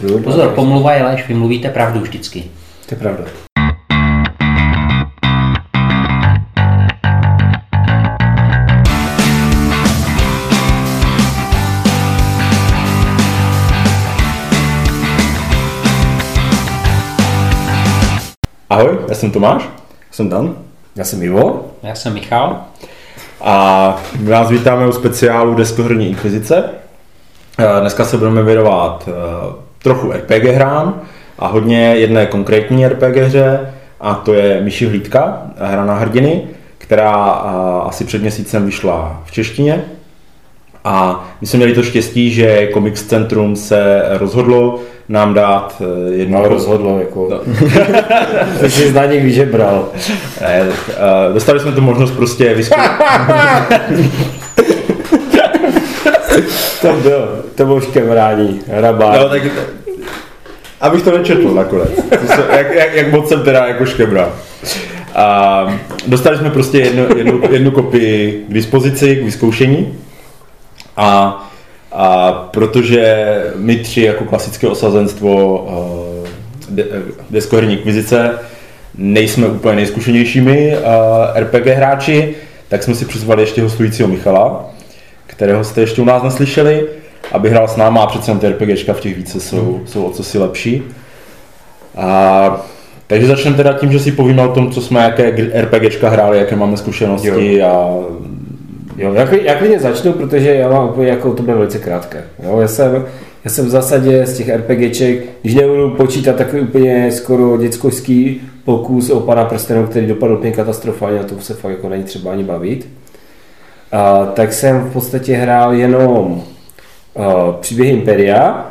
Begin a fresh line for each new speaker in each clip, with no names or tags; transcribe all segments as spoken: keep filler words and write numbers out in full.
Pozor, pomluva je lež, vy mluvíte pravdu vždycky.
To je pravda. Ahoj, já jsem Tomáš.
Já jsem Dan.
Já jsem Ivo.
Já jsem Michal.
A my vás vítáme u speciálu Deskoherní inkvizice. Dneska se budeme věnovat trochu R P G hrám a hodně jedné konkrétní R P G hře, a to je Myší hlídka, hra na hrdiny, která asi před měsícem vyšla v češtině. A my jsme měli to štěstí, že Comics Centrum se rozhodlo nám dát jedno...
No, rozhodlo, jako... No. To si z Daněk vyžebral.
Ne, dostali jsme tu možnost prostě vyzkoušet.
To bylo, to bylo škemrání, hrabár.
No, tak, abych to nečetl nakonec. jak, jak, jak moc jsem teda jako škemral. A dostali jsme prostě jednu, jednu, jednu kopii k dispozici, k vyzkoušení. A, a protože my tři jako klasické osazenstvo de, Deskoherní inkvizice nejsme úplně nejzkušenějšími R P G hráči, tak jsme si přizvali ještě hostujícího Michala, kterého jste ještě u nás neslyšeli, aby hrál s náma, a přece ty RPGčka v těch více jsou, hmm. jsou o cosi lepší. A, takže začneme teda tím, že si povíme o tom, co jsme, jaké RPGčka hráli, jaké máme zkušenosti. Jo. A
Jo, já, já klidně začnu, protože já mám úplně jako to bude velice krátké. Jo, já, jsem, já jsem v zásadě z těch RPGček, když nebudu počítat takový úplně skoro dětskovský pokus o Pana prstenů, který dopadl úplně katastrofálně, a to se fakt jako není třeba ani bavit. A, tak jsem v podstatě hrál jenom a, Příběhy Imperia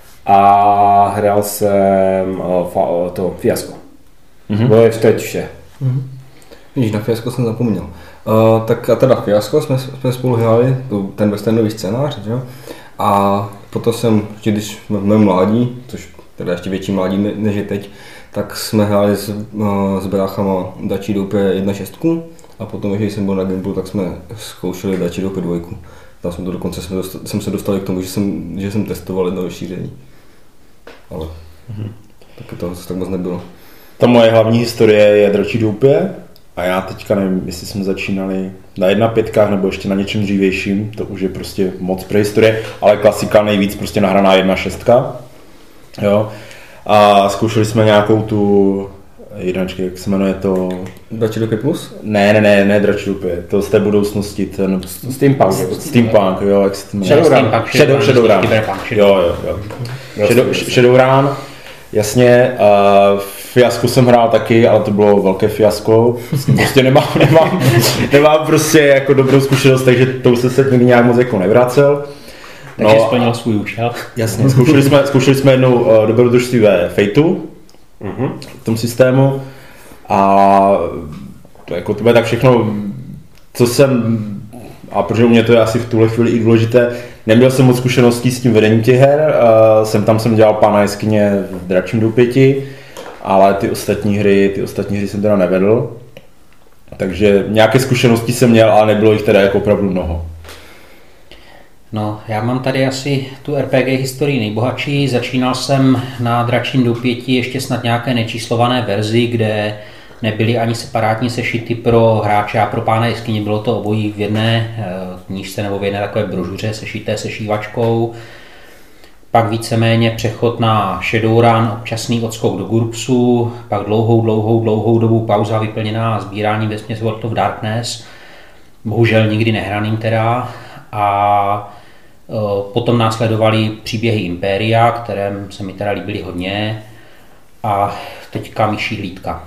a hrál jsem a, fa, a, to Fiasko. Mm-hmm. To je teď vše.
Mm-hmm. Víš, na Fiasko jsem zapomněl. Uh, tak a teda Fiasko jsme, jsme spolu hráli, ten westernový scénář, že? A potom jsem, když jsme v mém mládí, což teda ještě větší mládí než je teď, tak jsme hráli s, uh, s bráchama Dachi Dope jedna šest a potom, když jsem byl na Gimplu, tak jsme zkoušeli Dachi Dope dva. Tam jsem to dokonce jsem, dostal, jsem se dostal k tomu, že jsem, že jsem testoval jedno rozšíření. Ale mm-hmm. tak to tak moc nebylo.
Ta moje hlavní historie je Dachi Dope. A já teďka nevím, jestli jsme začínali na jedna pětkách nebo ještě na něčem dřívějším, to už je prostě moc prehistorie, ale klasika nejvíc prostě nahraná jedna šestka. Jo. A zkoušeli jsme nějakou tu jednačky, jak se jmenuje to...
Dachi Dope Plus?
Ne, ne, ne, ne Dachi Dope, to z té budoucnosti, ten...
Steampunk.
Steampunk, jo, jak se to jmenuje?
Shadowrun.
Shadow, Shadowrun. Jo, jo, jo. Shadow, Shadowrun, jasně. Uh, Fiasko jsem hrál taky, ale to bylo velké fiasko. Prostě nemám, nemám, nemám prostě jako dobrou zkušenost, takže to jsem se nikdy nějak moc jako nevracel.
Takže no, splnil svůj účel.
Jasně, zkoušeli jsme, zkoušeli jsme jednou uh, dobrodružství ve Fateu, uh-huh. v tom systému. A to, jako, to bude tak všechno, co jsem, a protože u mě to je asi v tuhle chvíli i důležité, neměl jsem moc zkušeností s tím vedením těch her, uh, jsem tam jsem dělal Pána jeskyně v Dračím doupěti, ale ty ostatní hry, ty ostatní hry jsem teda nevedl. Takže nějaké zkušenosti jsem měl, ale nebylo jich teda jako opravdu mnoho.
No, já mám tady asi tu R P G historii nejbohatší. Začínal jsem na Dračím doupěti ještě snad nějaké nečíslované verzi, kde nebyly ani separátní sešity pro hráče a pro Pána jeskyně. Bylo to obojí v jedné knížce nebo v jedné takové brožuře sešité se šívačkou. Pak víceméně přechod na Shadowrun, občasný odskok do GURPSu, pak dlouhou, dlouhou, dlouhou dobu pauza vyplněná sbíráním vesměs World of Darkness, bohužel nikdy nehraným teda. A potom následovaly Příběhy Imperia, které se mi teda líbily hodně, a teďka Myší hlídka.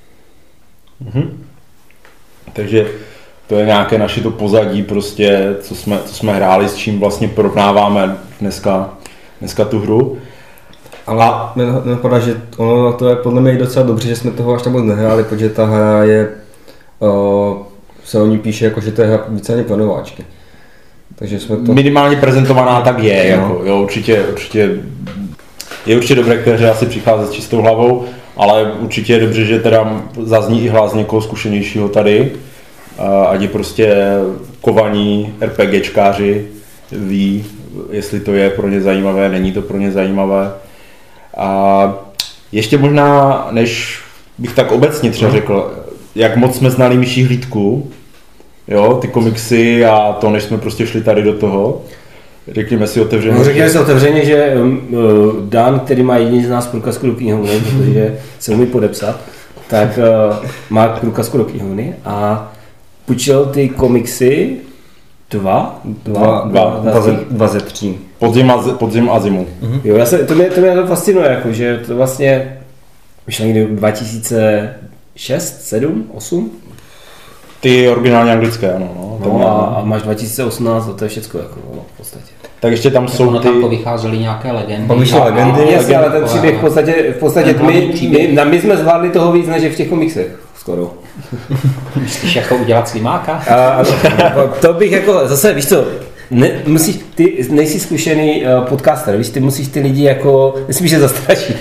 Mhm. Takže to je nějaké naše to pozadí, prostě, co jsme, co jsme hráli, s čím vlastně porovnáváme dneska. Dneska tu hru.
Ale mě napadá, že ono to je podle mě docela dobře, že jsme toho až tak moc nehráli, protože ta hra je, uh, se o ní píše jako, že to je hra víceméně pro nováčky. Takže jsme to...
Minimálně prezentovaná tak je, no. Jako, jo, určitě, určitě je určitě dobré k té hře asi přicházet s čistou hlavou, ale určitě je dobře, že teda zazní i hlas někoho zkušenějšího tady, uh, ať je prostě kovaní RPGčkáři ví, jestli to je pro ně zajímavé, není to pro ně zajímavé. A ještě možná, než bych tak obecně třeba řekl, jak moc jsme znali Myší hlídku, jo, ty komiksy a to, než jsme prostě šli tady do toho. Řekněme si otevřeně.
No, řekněme si otevřeně, že uh, Dan, který má jediný z nás průkazku do knihovny, protože se umí podepsat, tak uh, má průkazku do knihovny a půjčil ty komiksy dva,
Dva, dva, dva, ze, dva ze tří.
Podzim a, podzim a zimu.
Mhm. Jo, já se, to, mě, to mě to fascinuje, jako, že to vlastně vyšlo někdy dva tisíce šest, sedm, osm?
Ty originálně anglické, ano. No,
no a, a máš dva tisíce osmnáct, to je všecko jako, no, v podstatě.
Tak ještě tam jsou ty...
tam povycházely nějaké legendy.
Povyšly legendy.
Jasně, ale ten příběh v podstatě, v podstatě my, my, my, my jsme zvládli toho víc, než v těch komiksech. Skoro.
Myslíš jako udělat slimáka?
A, to bych jako, zase víš co, ne, musíš, ty nejsi zkušený uh, podcaster, víš, ty musíš ty lidi jako, nesmíš je zastrašit.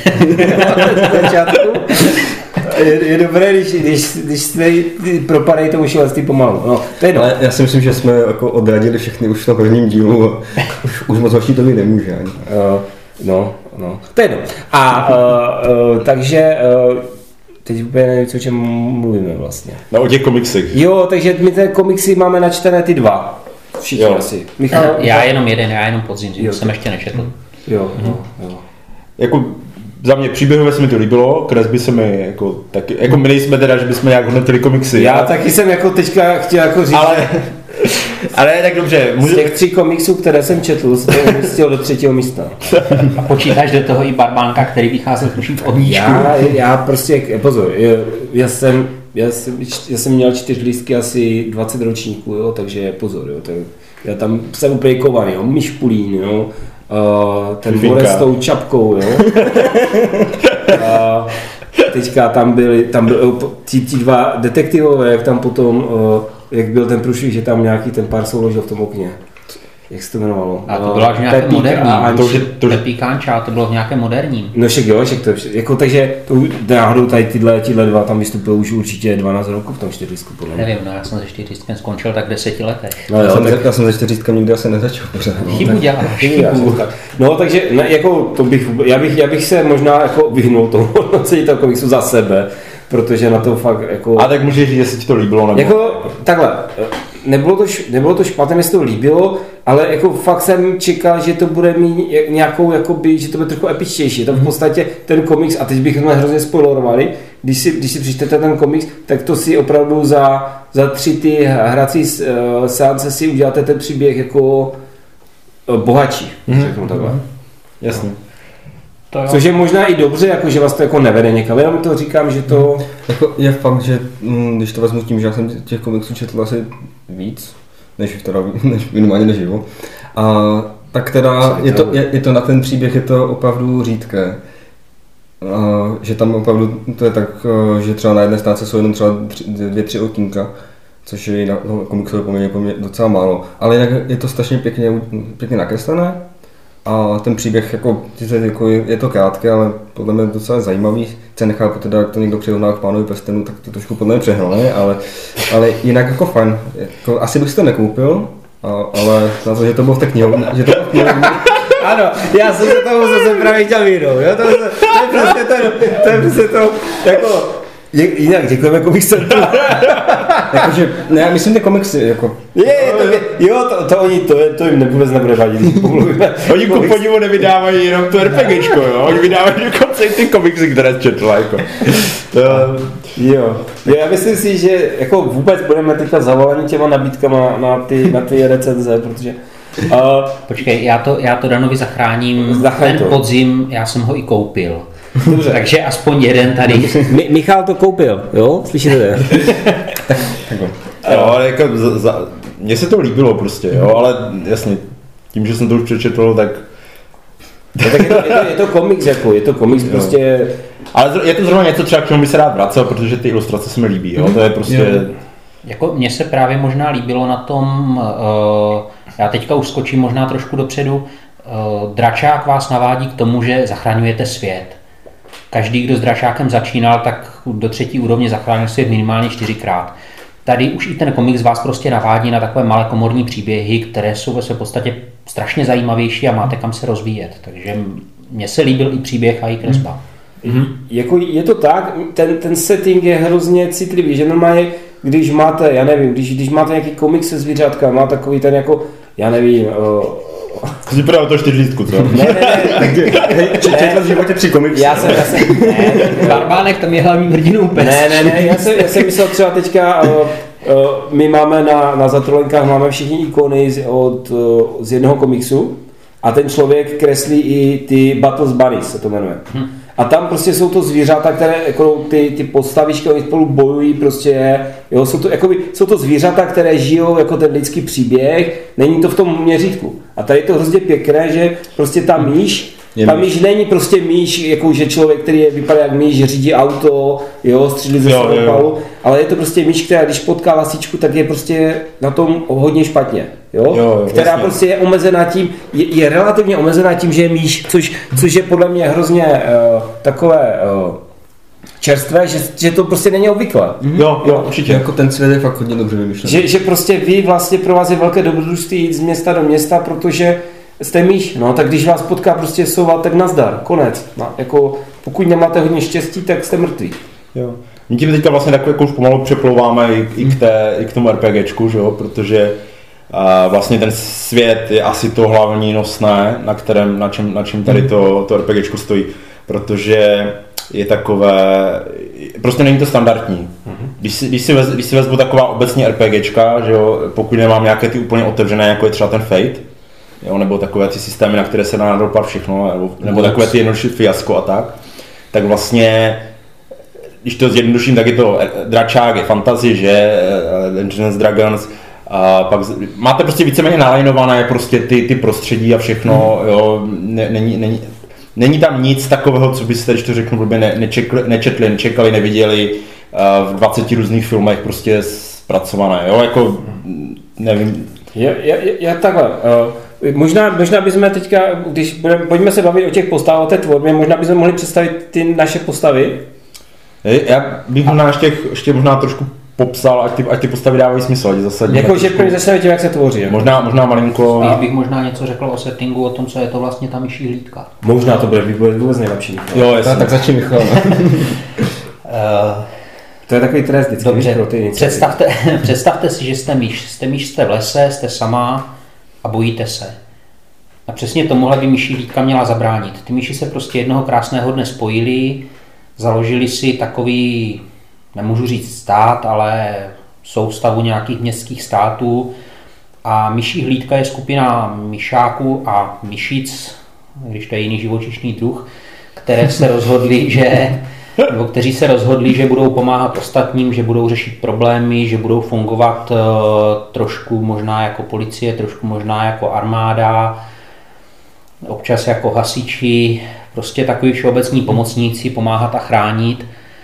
je, je dobré, když, když, když se propadají tomu šílenství pomalu. No, to je
ale já si myslím, že jsme jako odradili všechny už na prvním dílu a už, už moc horší to být nemůže ani.
Uh, no, no, to je jedno. A uh, uh, takže uh, teď úplně nevím, o čem mluvíme vlastně.
No, o těch komiksech.
Jo, takže my ty komiksy máme načtené ty dva. Všichni jo. Asi. Michal,
já jenom jeden, já jenom podzim, jo, jsem ještě nečetl.
Jo, jo, jo.
Jako za mě příběhově se mi to líbilo, kresby se mi jako taky, jako my nejsme teda, že bychom nějak hodnotili komiksy.
Já ale... taky jsem jako teďka chtěl jako říct,
ale, ale tak dobře.
Můžu... Z těch tří komiksů, které jsem četl, jsem to umístil do třetího místa.
A počítáš do toho i Barbánka, který vycházel tuším v Ohníčku.
Já, já prostě, pozor, já jsem, já jsem, já jsem měl čtyři lístky asi dvacet ročníků, jo, takže pozor, jo, tak já tam jsem úplně kovaný, jo, Myšpulín, jo. Uh, ten Borec s tou čapkou, jo. uh, teďka tam byli, tam byli ti, ti dva detektivové, jak tam potom, uh, jak byl ten průšvih, že tam nějaký ten pár souložil v tom okně. Jak se to jmenovalo?
A to bylo až nějaké
Pepík
moderní,
a
to, to, Pepík Anča, to bylo v nějaké moderním.
No však jo, však to jako, takže to, náhodou tady tyhle, tyhle dva tam vystupují už určitě dvanáct roků v tom čtyřicku, podle mě.
Nevím, no já jsem ze čtyřickem skončil tak v deseti letech.
No,
já,
jo,
jsem,
tak...
já jsem ze čtyřickem nikdy asi nezačal pořád.
Chybu děláš, chybu.
No takže ne, jako, to bych, já, bych, já bych se možná jako vyhnul tomu hodnocení toho komiksu za sebe, protože na to fakt jako...
A tak můžeš říct, jestli ti to líbilo nebo...
Jako takhle, nebylo to, nebylo to špatné, mi se to líbilo, ale jako fakt jsem čekal, že to bude mít nějakou, jakoby, že to bude trochu epičtější. To v podstatě ten komiks, a teď bych to hrozně spoilerovali, když si, když si přečtete ten komiks, tak to si opravdu za, za tři ty hrací uh, seance si uděláte ten příběh jako uh, bohatší, mm-hmm. řeknu takhle.
Jasně.
No. To což je možná i dobře, jako, že vás to jako nevede někam, jenom to říkám, že to...
Jako je fakt, že m, když to vezmu tím, že já jsem těch komiksů četl asi víc, než, teda, než minimálně neživu, a tak teda je to, je, je to na ten příběh, je to opravdu řídké. A, že tam opravdu to je tak, že třeba na jedné stránce jsou jenom třeba tři, dvě, tři otínka, což je na no, komiksové poměrně, poměrně docela málo, ale jinak je to strašně pěkně, pěkně nakreslené. A ten příběh, jako, jako je, je to krátké, ale podle mě docela zajímavý. Se nechápu teda, jak to někdo přirovná k Pánovi prstenů, tak to trošku podle mě přehnal, ne? Ale, ale jinak jako fajn. Jako, asi bych si to nekoupil, a, ale na to, že to bylo v té knihovně. Že to bylo v knihovně.
Ano, já jsem se tomu zase právě chtěl vyhnout, jo? To, to, to je prostě to, to je prostě to, jako... Jinak děkujeme komikscentru.
Jakože, ne, já myslím ty komiksy, jako...
Je, to, je, jo, to, to, oni, to, to jim vůbec nebude vadit, když pomluvíme.
Oni ku podivu nevydávají jenom to RPGčko, jo? Oni vydávají dokonce i ty komiksy, které četl, jako. To...
Jo, já myslím si, že jako vůbec budeme teďka zavoleni těma nabídkama na ty, na ty recenze, protože... Uh,
Počkej, já to, já to Danovi zachráním,
Zachraň
ten
to.
podzim, já jsem ho i koupil.
Dobře.
Takže aspoň jeden tady.
Mi, Michal to koupil, jo? Slyšíte to?
tak, jo, ale jako za, za, mně se to líbilo prostě, jo, ale jasně, tím, že jsem to už přečetl, tak...
No, tak je to, je to, je to komiks, jako, je to komiks prostě...
Ale je to zrovna něco třeba, k čemu by se rád vracel, protože ty ilustrace se mi líbí, jo, to je prostě... Jo.
Jako mně se právě možná líbilo na tom, uh, já teďka už skočím možná trošku dopředu, uh, Dračák vás navádí k tomu, že zachraňujete svět. Každý, kdo s Dračákem začínal, tak do třetí úrovně zachránil svět minimálně čtyřikrát. Tady už i ten komiks vás prostě navádí na takové malé komorní příběhy, které jsou ve své podstatě strašně zajímavější a máte kam se rozvíjet. Takže mně se líbil i příběh a i kresba.
Mm-hmm. Jako je to tak, ten, ten setting je hrozně citlivý, že normálně, když máte, já nevím, když, když máte nějaký komik se zvířátka, má takový ten jako, já nevím, uh,
Jsi právě to čtyřlístku, co?
Ne, ne, ne.
Četl v životě tři komiksy.
Já jsem, já jsem, ne.
Barbánek tam je hlavním hrdinou pes.
Ne, ne, ne, já jsem, já jsem myslel třeba teďka, uh, uh, my máme na, na Zatrolenkách máme všichni ikony z, od, uh, z jednoho komiksu a ten člověk kreslí i ty Battles Bunnies, se to jmenuje. Hm. A tam prostě jsou to zvířata, které jako ty, ty postavičky, oni spolu bojují prostě, jo, jsou to, jakoby, jsou to zvířata, které žijou jako ten lidský příběh, není to v tom měřítku. A tady je to hrozně pěkné, že prostě ta myš, je ta myš není prostě myš, jako že člověk, který je, vypadá jak myš, řídí auto, jo, střílí ze samopalu, ale je to prostě myš, která když potká lasičku, tak je prostě na tom hodně špatně. Jo? Jo, jo, která jasně. prostě je omezená tím, je, je relativně omezená tím, že je myš, což, což je podle mě hrozně uh, takové uh, čerstvé, že, že to prostě není obvyklé.
Mm-hmm. Jo, jo, určitě.
Jako ten svět je fakt hodně dobře vymyšlený.
Že, že prostě vy vlastně pro vás je velké dobrodružství jít z města do města, protože jste myš, no, tak když vás potká prostě sova, tak nazdar, konec. No, jako, pokud nemáte hodně štěstí, tak jste mrtví.
Jo. My tím teďka vlastně takové jako už pomalu přeplouváme i, i, k té, i k tomu RPGčku, že jo, protože a vlastně ten svět je asi to hlavní nosné, na, kterém, na, čem, na čem tady to, to RPGčko stojí, protože je takové, prostě není to standardní. Když si, když si, vez, když si vezmu taková obecně RPGčka, že jo, pokud nemám nějaké ty úplně otevřené, jako je třeba ten Fate, jo, nebo takové ty systémy, na které se dá nadopat všechno, nebo, nebo takové ty jednodušší fiasko a tak, tak vlastně, když to zjednoduším, tak je to dračák, je fantasy, že, Dungeons and Dragons, a pak máte prostě víceméně nalajnované prostě ty, ty prostředí a všechno, jo, ne, není, není, není tam nic takového, co byste, když to řeknu blbě, ne, nečekli, nečetli, nečekali, neviděli uh, v dvaceti různých filmech prostě zpracované, jo, jako nevím.
Já, já, já takhle, uh, možná, možná bychom teďka, když budeme, pojďme se bavit o těch postavách, o té tvorbě, možná bychom mohli představit ty naše postavy.
Já bych možná ještě, ještě možná trošku popsal, ať ty, ať ty postavy dávají smysl, ať zasadíme.
Jako, že první začneme tím, jak se tvoří.
Možná, možná malinko.
Spíš bych možná něco řekl o settingu, o tom, co je to vlastně ta myší hlídka.
Možná to bude vůbec nejlepší.
Jo, jasně.
Tak začni Michal.
To je takový trest vždycky.
Dobře,
pro ty
představte, představte si, že jste myš. Jste myš, jste v lese, jste sama a bojíte se. A přesně tomuhle by myší hlídka měla zabránit. Ty myši se prostě jednoho krásného dne spojili, založili si takový, nemůžu říct stát, ale soustavu nějakých městských států. A myší hlídka je skupina myšáků a myšic, když to je jiný živočišný druh, které se rozhodli, že nebo kteří se rozhodli, že budou pomáhat ostatním, že budou řešit problémy, že budou fungovat uh, trošku možná jako policie, trošku možná jako armáda, občas jako hasiči, prostě takový všeobecní pomocníci, pomáhat a chránit.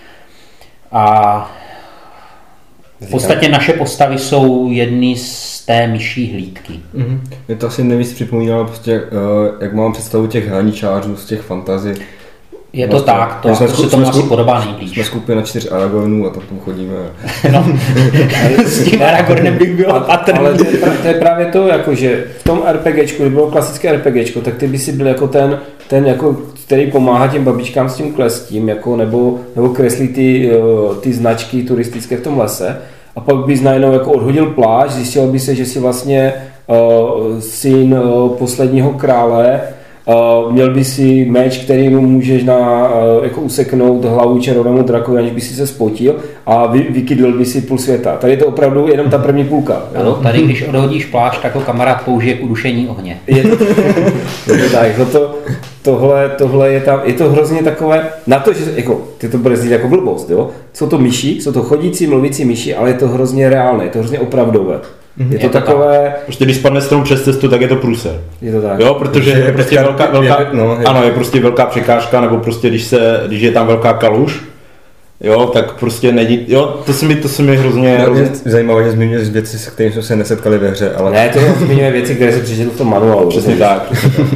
A v podstatě naše postavy jsou jedny z té myší hlídky.
Mm-hmm. Mě to asi nejvíc připomínalo, prostě, uh, jak mám představu těch hraničářů z těch fantazí.
Je to tak, to, to se tomu asi podobá nejblíž.
Jsme skupina čtyř Aragornů a tam chodíme.
No, s tím Aragornem bych byl patrný.
Ale to je, to je právě to, jako, že v tom RPGčku, kdyby bylo klasické RPGčko, tak ty by si byl jako ten, ten jako, který pomáhá těm babičkám s tím klestím, jako, nebo, nebo kreslí ty, ty značky turistické v tom lese. A pak bys najednou jako odhodil plášť, zjistil by se, že si vlastně uh, syn uh, posledního krále. Uh, měl by si meč, který mu můžeš na, uh, jako useknout hlavu červenému drakovi, aniž by si se spotil a vy, vykydl by si půl světa. Tady je to opravdu jenom ta první půlka.
Ano, tady když odhodíš plášť, tak ho kamarád použije k udušení ohně.
Je to, je to tak, to, tohle, tohle je tam, je to hrozně takové, na to, že jako, ty to bude znít jako blbost, jo? Jsou to myši, jsou to chodící, mluvící myši, ale je to hrozně reálné, je to hrozně opravdové. Mm-hmm. Je to, je to takové... Tak.
Prostě když spadne strom přes cestu, tak je to průser.
Je to tak.
Jo, protože je prostě velká, velká, no, je. Ano, je prostě velká překážka, nebo prostě když, se, když je tam velká kaluž, jo, tak prostě není, jo, to se mi, to se mi hrozně...
No, hrozně... Zajímavé, že zmiňuješ věci, se kterými jsme se nesetkali ve hře, ale...
Ne, to zmiňuje věci, které se přečetl v tom manuálu.
Přesně tak. Přesně tak.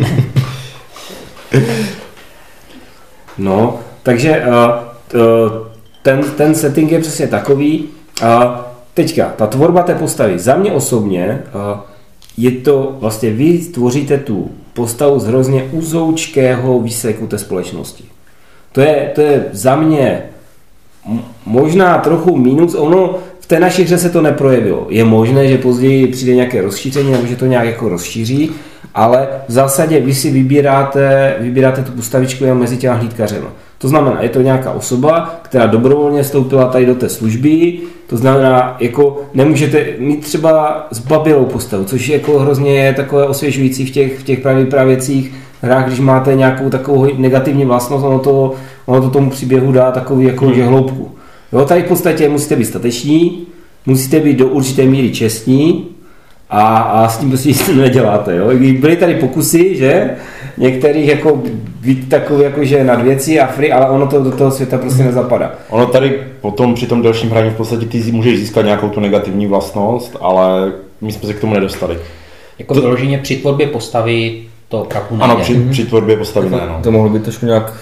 No, takže uh, ten, ten setting je přesně takový. Uh, teďka, ta tvorba té postavy. Za mě osobně uh, je to, vlastně vy tvoříte tu postavu z hrozně uzoučkého výseku té společnosti. To je, to je za mě možná trochu mínus, ono v té naší hře se to neprojevilo. Je možné, že později přijde nějaké rozšíření, nebo že to nějak jako rozšíří, ale v zásadě vy si vybíráte, vybíráte tu postavičku jen mezi těma hlídkařema. To znamená, je to nějaká osoba, která dobrovolně vstoupila tady do té služby, to znamená, jako nemůžete mít třeba zbabilou postavu, což je jako hrozně je takové osvěžující v těch, v těch právě pravěcích hrách, když máte nějakou takovou negativní vlastnost, ono to, ono to tomu příběhu dá takový jako hmm. že hloubku. Jo, tady v podstatě musíte být stateční, musíte být do určité míry čestní a, a s tím prostě nic neděláte. Jo. Byly tady pokusy, že některých jako být takový jakože nad věcí a free, ale ono to do toho světa prostě nezapadá.
Ono tady potom při tom dalším hraní v podstatě ty můžeš získat nějakou tu negativní vlastnost, ale my jsme se k tomu nedostali.
Jako to... vyloženě při tvorbě postavy to opravdu nejde.
Ano, při, při tvorbě postavy ne, no.
To mohlo být trošku nějak...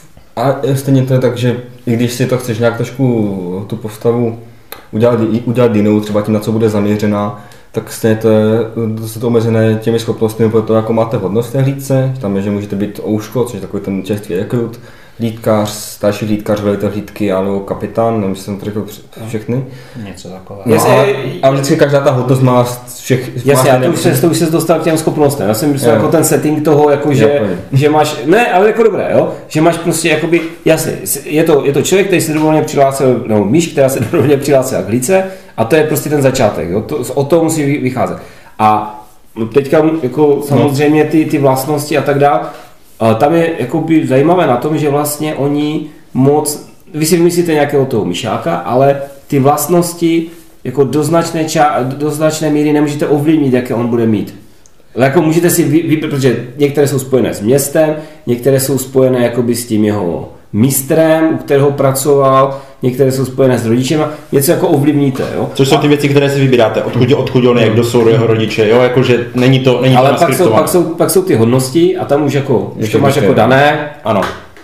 A stejně to je tak, že i když si to chceš nějak trošku tu postavu udělat, udělat jinou, třeba tím, na co bude zaměřená, tak stejně to je to omezené těmi schopnostmi, protože to jako máte hodnost v té hlídce, tam je, že můžete být ouško, což je takový ten čerstvý rekrut, hlídkař, starší hlídkař, velitel hlídky, alebo kapitán, nevím, jestli jsem to řekl všechny.
Něco takového.
No, a, a vždycky každá ta hodnost má všech...
Jasně, a to už, se, to už se dostal k těm schopnostem. Já jsem myslel jako ten setting toho, jako že, že máš, ne, ale jako dobré, jo, že máš prostě jakoby, jasně, je to, je to člověk, který se dobrovolně přihlásil, nebo myš, která se dobrovolně přihlásila k hlídce, a to je prostě ten začátek, jo, to, o toho musí vycházet. A teďka jako samozřejmě ty, ty vlastnosti a tak dále, tam je jakoby zajímavé na tom, že vlastně oni moc, vy si vymyslíte nějakého toho myšáka, ale ty vlastnosti jako do značné, ča, do značné míry nemůžete ovlivnit, jaké on bude mít. Ale jako můžete si vybrat, protože některé jsou spojené s městem, některé jsou spojené jakoby s tím jeho mistrem, u kterého pracoval, některé jsou spojené s rodičema, něco jako ovlivníte, jo.
Což jsou ty věci, které si vybíráte, odkud, odkud on je, kdo jsou jeho rodiče, jo, jakože není to, není
ale
to
pak jsou, pak, jsou, pak jsou ty hodnosti a tam už jako, už to máš jako dané.
Ano.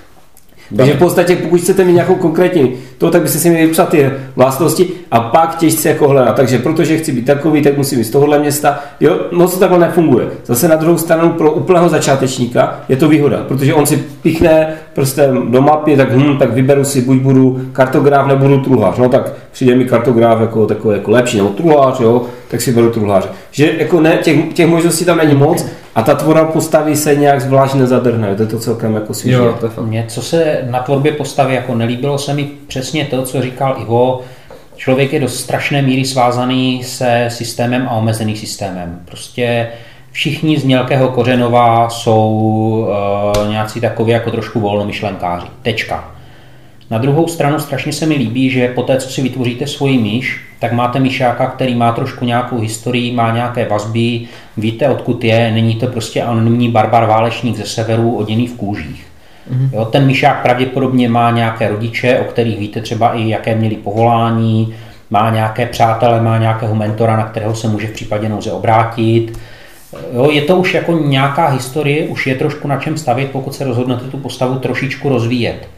Takže v podstatě, pokud chcete mít nějakou konkrétní, to tak byste si měli vypsat ty vlastnosti a pak těžce jako hledat. Takže protože chci být takový, tak musím být z tohohle města. Jo, moc to takhle nefunguje. Zase na druhou stranu pro úplného začátečníka je to výhoda, protože on si pichne prstem do mapy, tak hm, tak vyberu si, buď budu kartograf, nebo budu truhlář. No tak přijde mi kartograf jako takový jako lepší, nebo truhlář, jo, tak si beru truhláře. Že jako ne, těch, těch možností tam není moc a ta tvorba postavy se nějak zvlášť nezadrhne. To je to celkem jako svěží.
Mně, co se na tvorbě postavy jako nelíbilo se mi přesně to, co říkal Ivo, člověk je do strašné míry svázaný se systémem a omezený systémem. Prostě všichni z mělkého Kořenova jsou uh, nějací takový jako trošku volnomyšlenkáři. Tečka. Na druhou stranu strašně se mi líbí, že po té, co si vytvoříte svoji myš, tak máte myšáka, který má trošku nějakou historii, má nějaké vazby, víte, odkud je, není to prostě anonymní barbar válečník ze severu oděný v kůžích. Mm-hmm. Jo, ten myšák pravděpodobně má nějaké rodiče, o kterých víte třeba i jaké měli povolání, má nějaké přátele, má nějakého mentora, na kterého se může v případě nouze obrátit. Jo, je to už jako nějaká historie, už je trošku na čem stavět, pokud se rozhodnete tu postavu trošičku rozvíjet.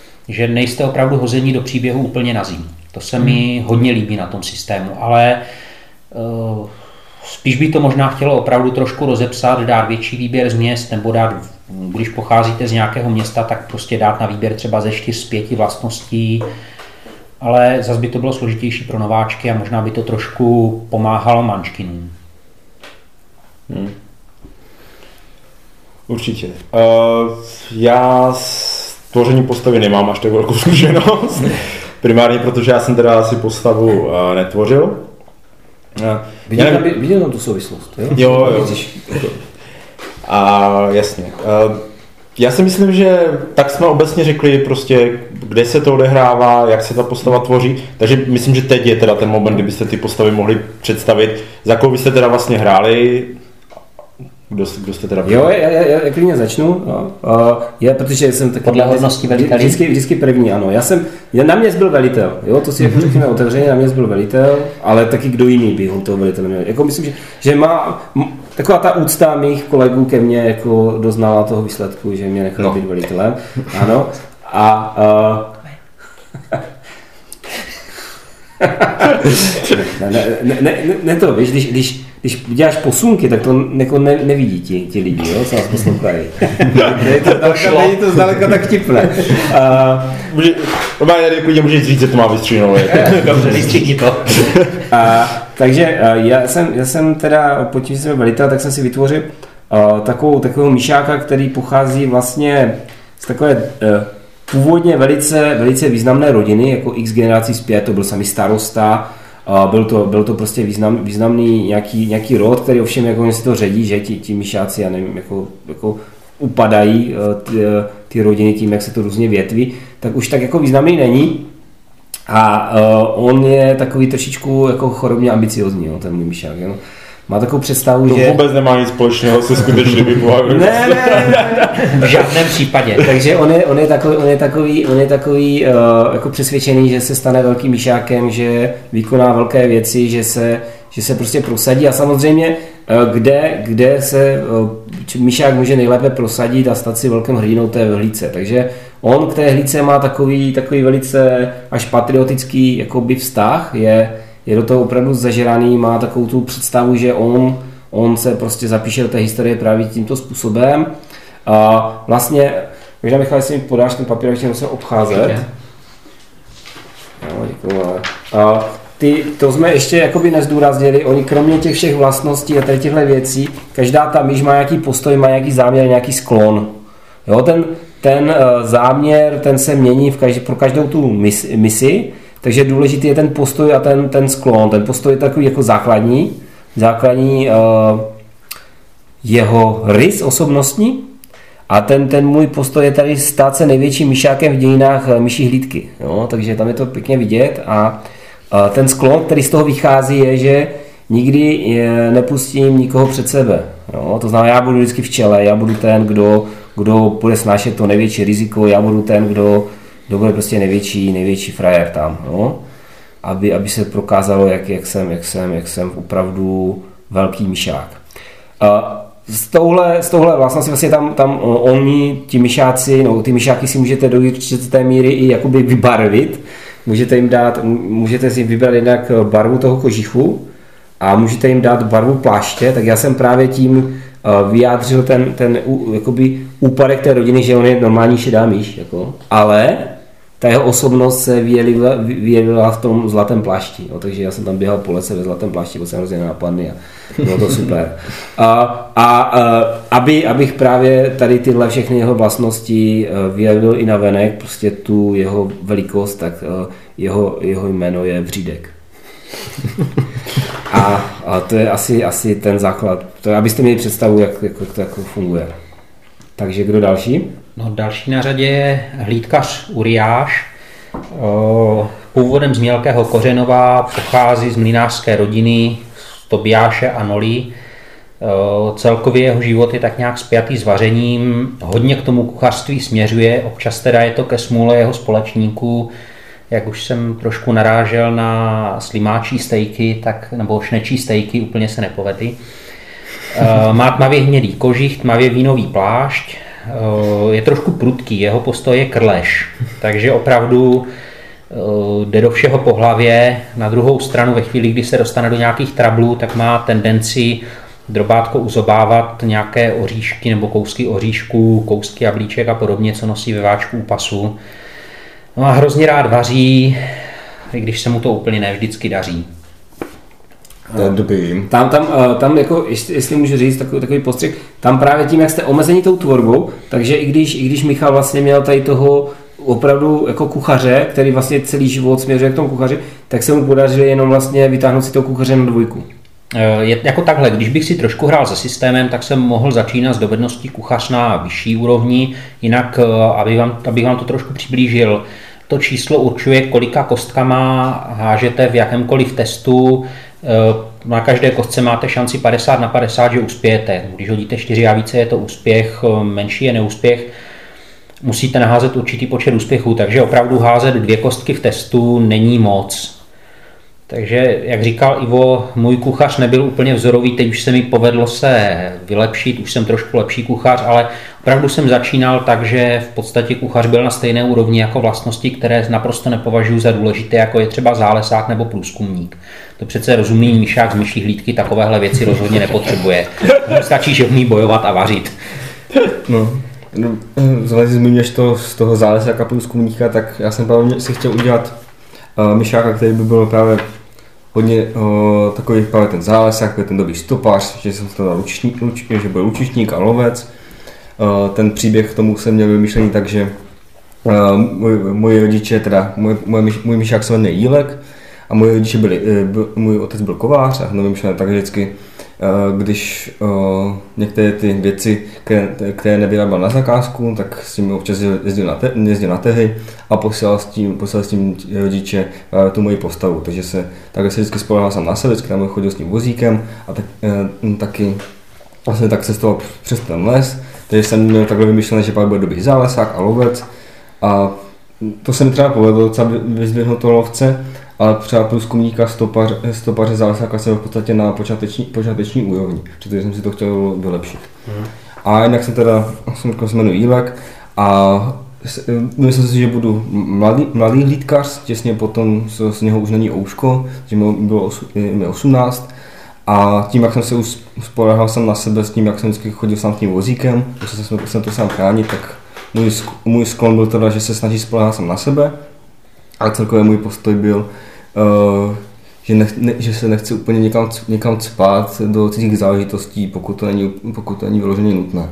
Že nejste opravdu hození do příběhu úplně na zim. To se mi hodně líbí na tom systému, ale uh, spíš by to možná chtělo opravdu trošku rozepsat, dát větší výběr z měst, nebo dát, když pocházíte z nějakého města, tak prostě dát na výběr třeba ze čtyř z pěti vlastností, ale zase by to bylo složitější pro nováčky a možná by to trošku pomáhalo mančkinům.
Hmm. Určitě. Uh, já s tvořením postavy nemám až tak velkou zkušenost. Primárně, protože já jsem teda asi postavu uh, netvořil.
Vidím tam, vidím tam tu souvislost, jo?
Jo, jo. A jasně. Uh, já si myslím, že tak jsme obecně řekli prostě, kde se to odehrává, jak se ta postava tvoří, takže myslím, že teď je teda ten moment, kdybyste ty postavy mohli představit, za jakou byste teda vlastně hráli. Kdo, kdo jste teda...
Jo, já, já, já klidně začnu, no. uh, já, protože jsem taky...
Podle hodnosti veliteli?
Vždycky, vždycky první, ano. Já jsem, já, na mě byl velitel, jo, to si jako řekněme otevřeně, na mě byl velitel, ale taky kdo jiný by ho toho velitele měl. Jako myslím, že, že má, m, taková ta úcta mých kolegů ke mně jako doznala toho výsledku, že mě nechal no. být velitelem, ano. A... Uh, ne, ne, ne, ne, ne to, víš, když, když když děláš posunky, tak to jako ne, nevidí ti, ti lidi, jo, co nás poslouchají. Není to zdaleka, není to zdaleka tak vtipné.
Může, jako můžeš říct, že to má vystříhnout.
Dobře, vystříhni to.
A, takže já jsem, já jsem teda, po tím, že jsem velitel, tak jsem si vytvořil uh, takovou, takového myšáka, který pochází vlastně z takové uh, původně velice, velice významné rodiny, jako x generací zpět, to byl samý starosta, uh, byl, to, byl to prostě význam, významný nějaký, nějaký rod, který ovšem jako si to ředí, že ti, ti myšáci, já nevím, jako, jako upadají uh, ty, ty rodiny tím, jak se to různě větví, tak už tak jako významný není. A uh, on je takový trošičku jako chorobně ambiciozní, jo, ten můj myšák. Jo. Má takovou představu,
to
že...
To vůbec nemá nic společného se skutečnými pohavami.
Ne, ne, ne,
v žádném případě.
Takže on je, on je takový, on je takový, on je takový uh, jako přesvědčený, že se stane velkým myšákem, že vykoná velké věci, že se, že se prostě prosadí. A samozřejmě, uh, kde, kde se uh, myšák může nejlépe prosadit a stát si velkým hrdinou té hlídce. Takže on k té hlídce má takový, takový velice až patriotický jakoby vztah, je, je do toho opravdu zažraný, má takovou tu představu, že on, on se prostě zapíše do té historie právě tímto způsobem. A vlastně, možná Michal, jestli mi podáš ten papír, abych musel obcházet. No, děkuju, ale... A ty, to jsme ještě jakoby nezdůraznili, oni kromě těch všech vlastností a tady těchto věcí, každá ta myš má nějaký postoj, má nějaký záměr, nějaký sklon. Jo, ten, ten uh, záměr, ten se mění v každý, pro každou tu misi, misi, takže důležitý je ten postoj a ten, ten sklon. Ten postoj je takový jako základní, základní uh, jeho rys osobnostní a ten, ten můj postoj je tady stát se největším myšákem v dějinách uh, myší hlídky. Jo, takže tam je to pěkně vidět a uh, ten sklon, který z toho vychází, je, že nikdy je, nepustím nikoho před sebe. Jo, to znamená, já budu vždycky v čele, já budu ten, kdo kdo bude snášet to největší riziko, já budu ten, kdo, kdo bude prostě největší, největší frajer tam, no? aby, aby se prokázalo, jak, jak, jsem, jak, jsem, jak jsem opravdu velký myšák. A z touhle, z touhle vlastnosti vlastně tam, tam oni, ti myšáci, no, ty myšáky si můžete do určité míry i jakoby vybarvit, můžete jim dát, můžete si vybrat jednak barvu toho kožichu a můžete jim dát barvu pláště, tak já jsem právě tím vyjádřil ten, ten jakoby úpadek té rodiny, že on je normální šedá myš, jako, ale ta jeho osobnost se vyjevila, vyjevila v tom zlatém plášti, jo, takže já jsem tam běhal po lese ve zlatém plášti, byl jsem hrozně nápadný a bylo to super. A, a, a aby, abych právě tady tyhle všechny jeho vlastnosti vyjevil i na venek, prostě tu jeho velikost, tak jeho, jeho jméno je Vřídek. A, a to je asi, asi ten základ. To je, abyste měli představu, jak, jak, jak to jako funguje. Takže kdo další?
No, další na řadě je hlídkař Uriáš. Původem z Mělkého Kořenova, pochází z mlynářské rodiny z Tobiáše a Nolí. Celkově jeho život je tak nějak spjatý s vařením, hodně k tomu kuchařství směřuje, občas teda je to ke smůle jeho společníků. Jak už jsem trošku narážel na slimáčí stejky, tak, nebo šnečí stejky, úplně se nepovedly. Má tmavě hnědý kožich, tmavě vínový plášť, je trošku prudký, jeho postoj je krleš, takže opravdu jde do všeho po hlavě. Na druhou stranu ve chvíli, kdy se dostane do nějakých trablů, tak má tendenci drobátko uzobávat nějaké oříšky nebo kousky oříšků, kousky jablíček a podobně, co nosí ve váčku u pasu. No a hrozně rád vaří, i když se mu to úplně ne vždycky daří.
Tam, tam, tam jako, jestli můžu říct takový, takový postřeh, tam právě tím, jak jste omezení tou tvorbou, takže i když, i když Michal vlastně měl tady toho opravdu jako kuchaře, který vlastně celý život směřuje k tomu kuchaři, tak se mu podařilo jenom vlastně vytáhnout si toho kuchaře na dvojku.
Je jako takhle, když bych si trošku hrál se systémem, tak jsem mohl začínat s dovedností kuchař na vyšší úrovni, jinak, abych vám, abych vám to trošku přiblížil, to číslo určuje, kolika kostkama hážete v jakémkoliv testu. Na každé kostce máte šanci padesát na padesát, že uspějete. Když hodíte čtyři a více, je to úspěch, menší je neúspěch. Musíte naházet určitý počet úspěchů, takže opravdu házet dvě kostky v testu není moc. Takže, jak říkal Ivo, můj kuchař nebyl úplně vzorový, teď už se mi povedlo se vylepšit, už jsem trošku lepší kuchař, ale opravdu jsem začínal tak, že v podstatě kuchař byl na stejné úrovni jako vlastnosti, které naprosto nepovažuji za důležité, jako je třeba zálesák nebo průzkumník. To přece rozumný míšák z myší hlídky takovéhle věci rozhodně nepotřebuje. Stačí, že umí bojovat a vařit.
No. No, vzhledem zmiňuješ to z toho zálesáka průzkumníka, tak já jsem právě si chtěl udělat uh, myšáka, který by byl právě hodně uh, takový právě ten zálesák, ten dobrý stopář, že jsem to dal lučišník, luč, že byl lučišník a lovec. Uh, ten příběh k tomu jsem měl vymyšlený tak, že uh, můj, můj rodiče, teda můj, můj, můj myšák se jmenuje Jílek a můj rodiče byli, byl, můj otec byl kovář a vymyšlené tak, že vždycky když uh, některé ty věci, které, které nevyrábal na zakázku, tak s tím občas jezdil na, te, jezdil na tehy a poslal s tím, poslal s tím rodiče uh, tu moji postavu. Takže se, takhle se vždycky spolehal sám na sebe, vždycky tam chodil s tím vozíkem a tak, uh, taky vlastně tak se stalo přes ten les. Takže jsem měl takhle vymyšlené, že pak bude dobrý zálesák a lovec a to se mi třeba povedlo docela vyzdvihnout toho lovce, ale třeba průzkumníka stopaře, stopaře zálesáka jsem v podstatě na počáteční, počáteční úrovni, protože jsem si to chtěl vylepšit. Hmm. A jinak jsem teda, jsem říkal, se jmenuji Jílek a myslel si, že budu mladý, mladý hlídkař, těsně potom z něho už není ouško, že mi bylo osmnáct a tím, jak jsem se už spolehal sám na sebe, s tím, jak jsem vždycky chodil sám tím vozíkem, musel jsem, jsem to sám chránit, tak můj, můj sklon byl teda, že se snaží spoléhat sám na sebe. Ale celkově můj postoj byl, uh, že, nech, ne, že se nechci úplně někam, někam cpát do cizích záležitostí, pokud to není, pokud to není vyloženě nutné.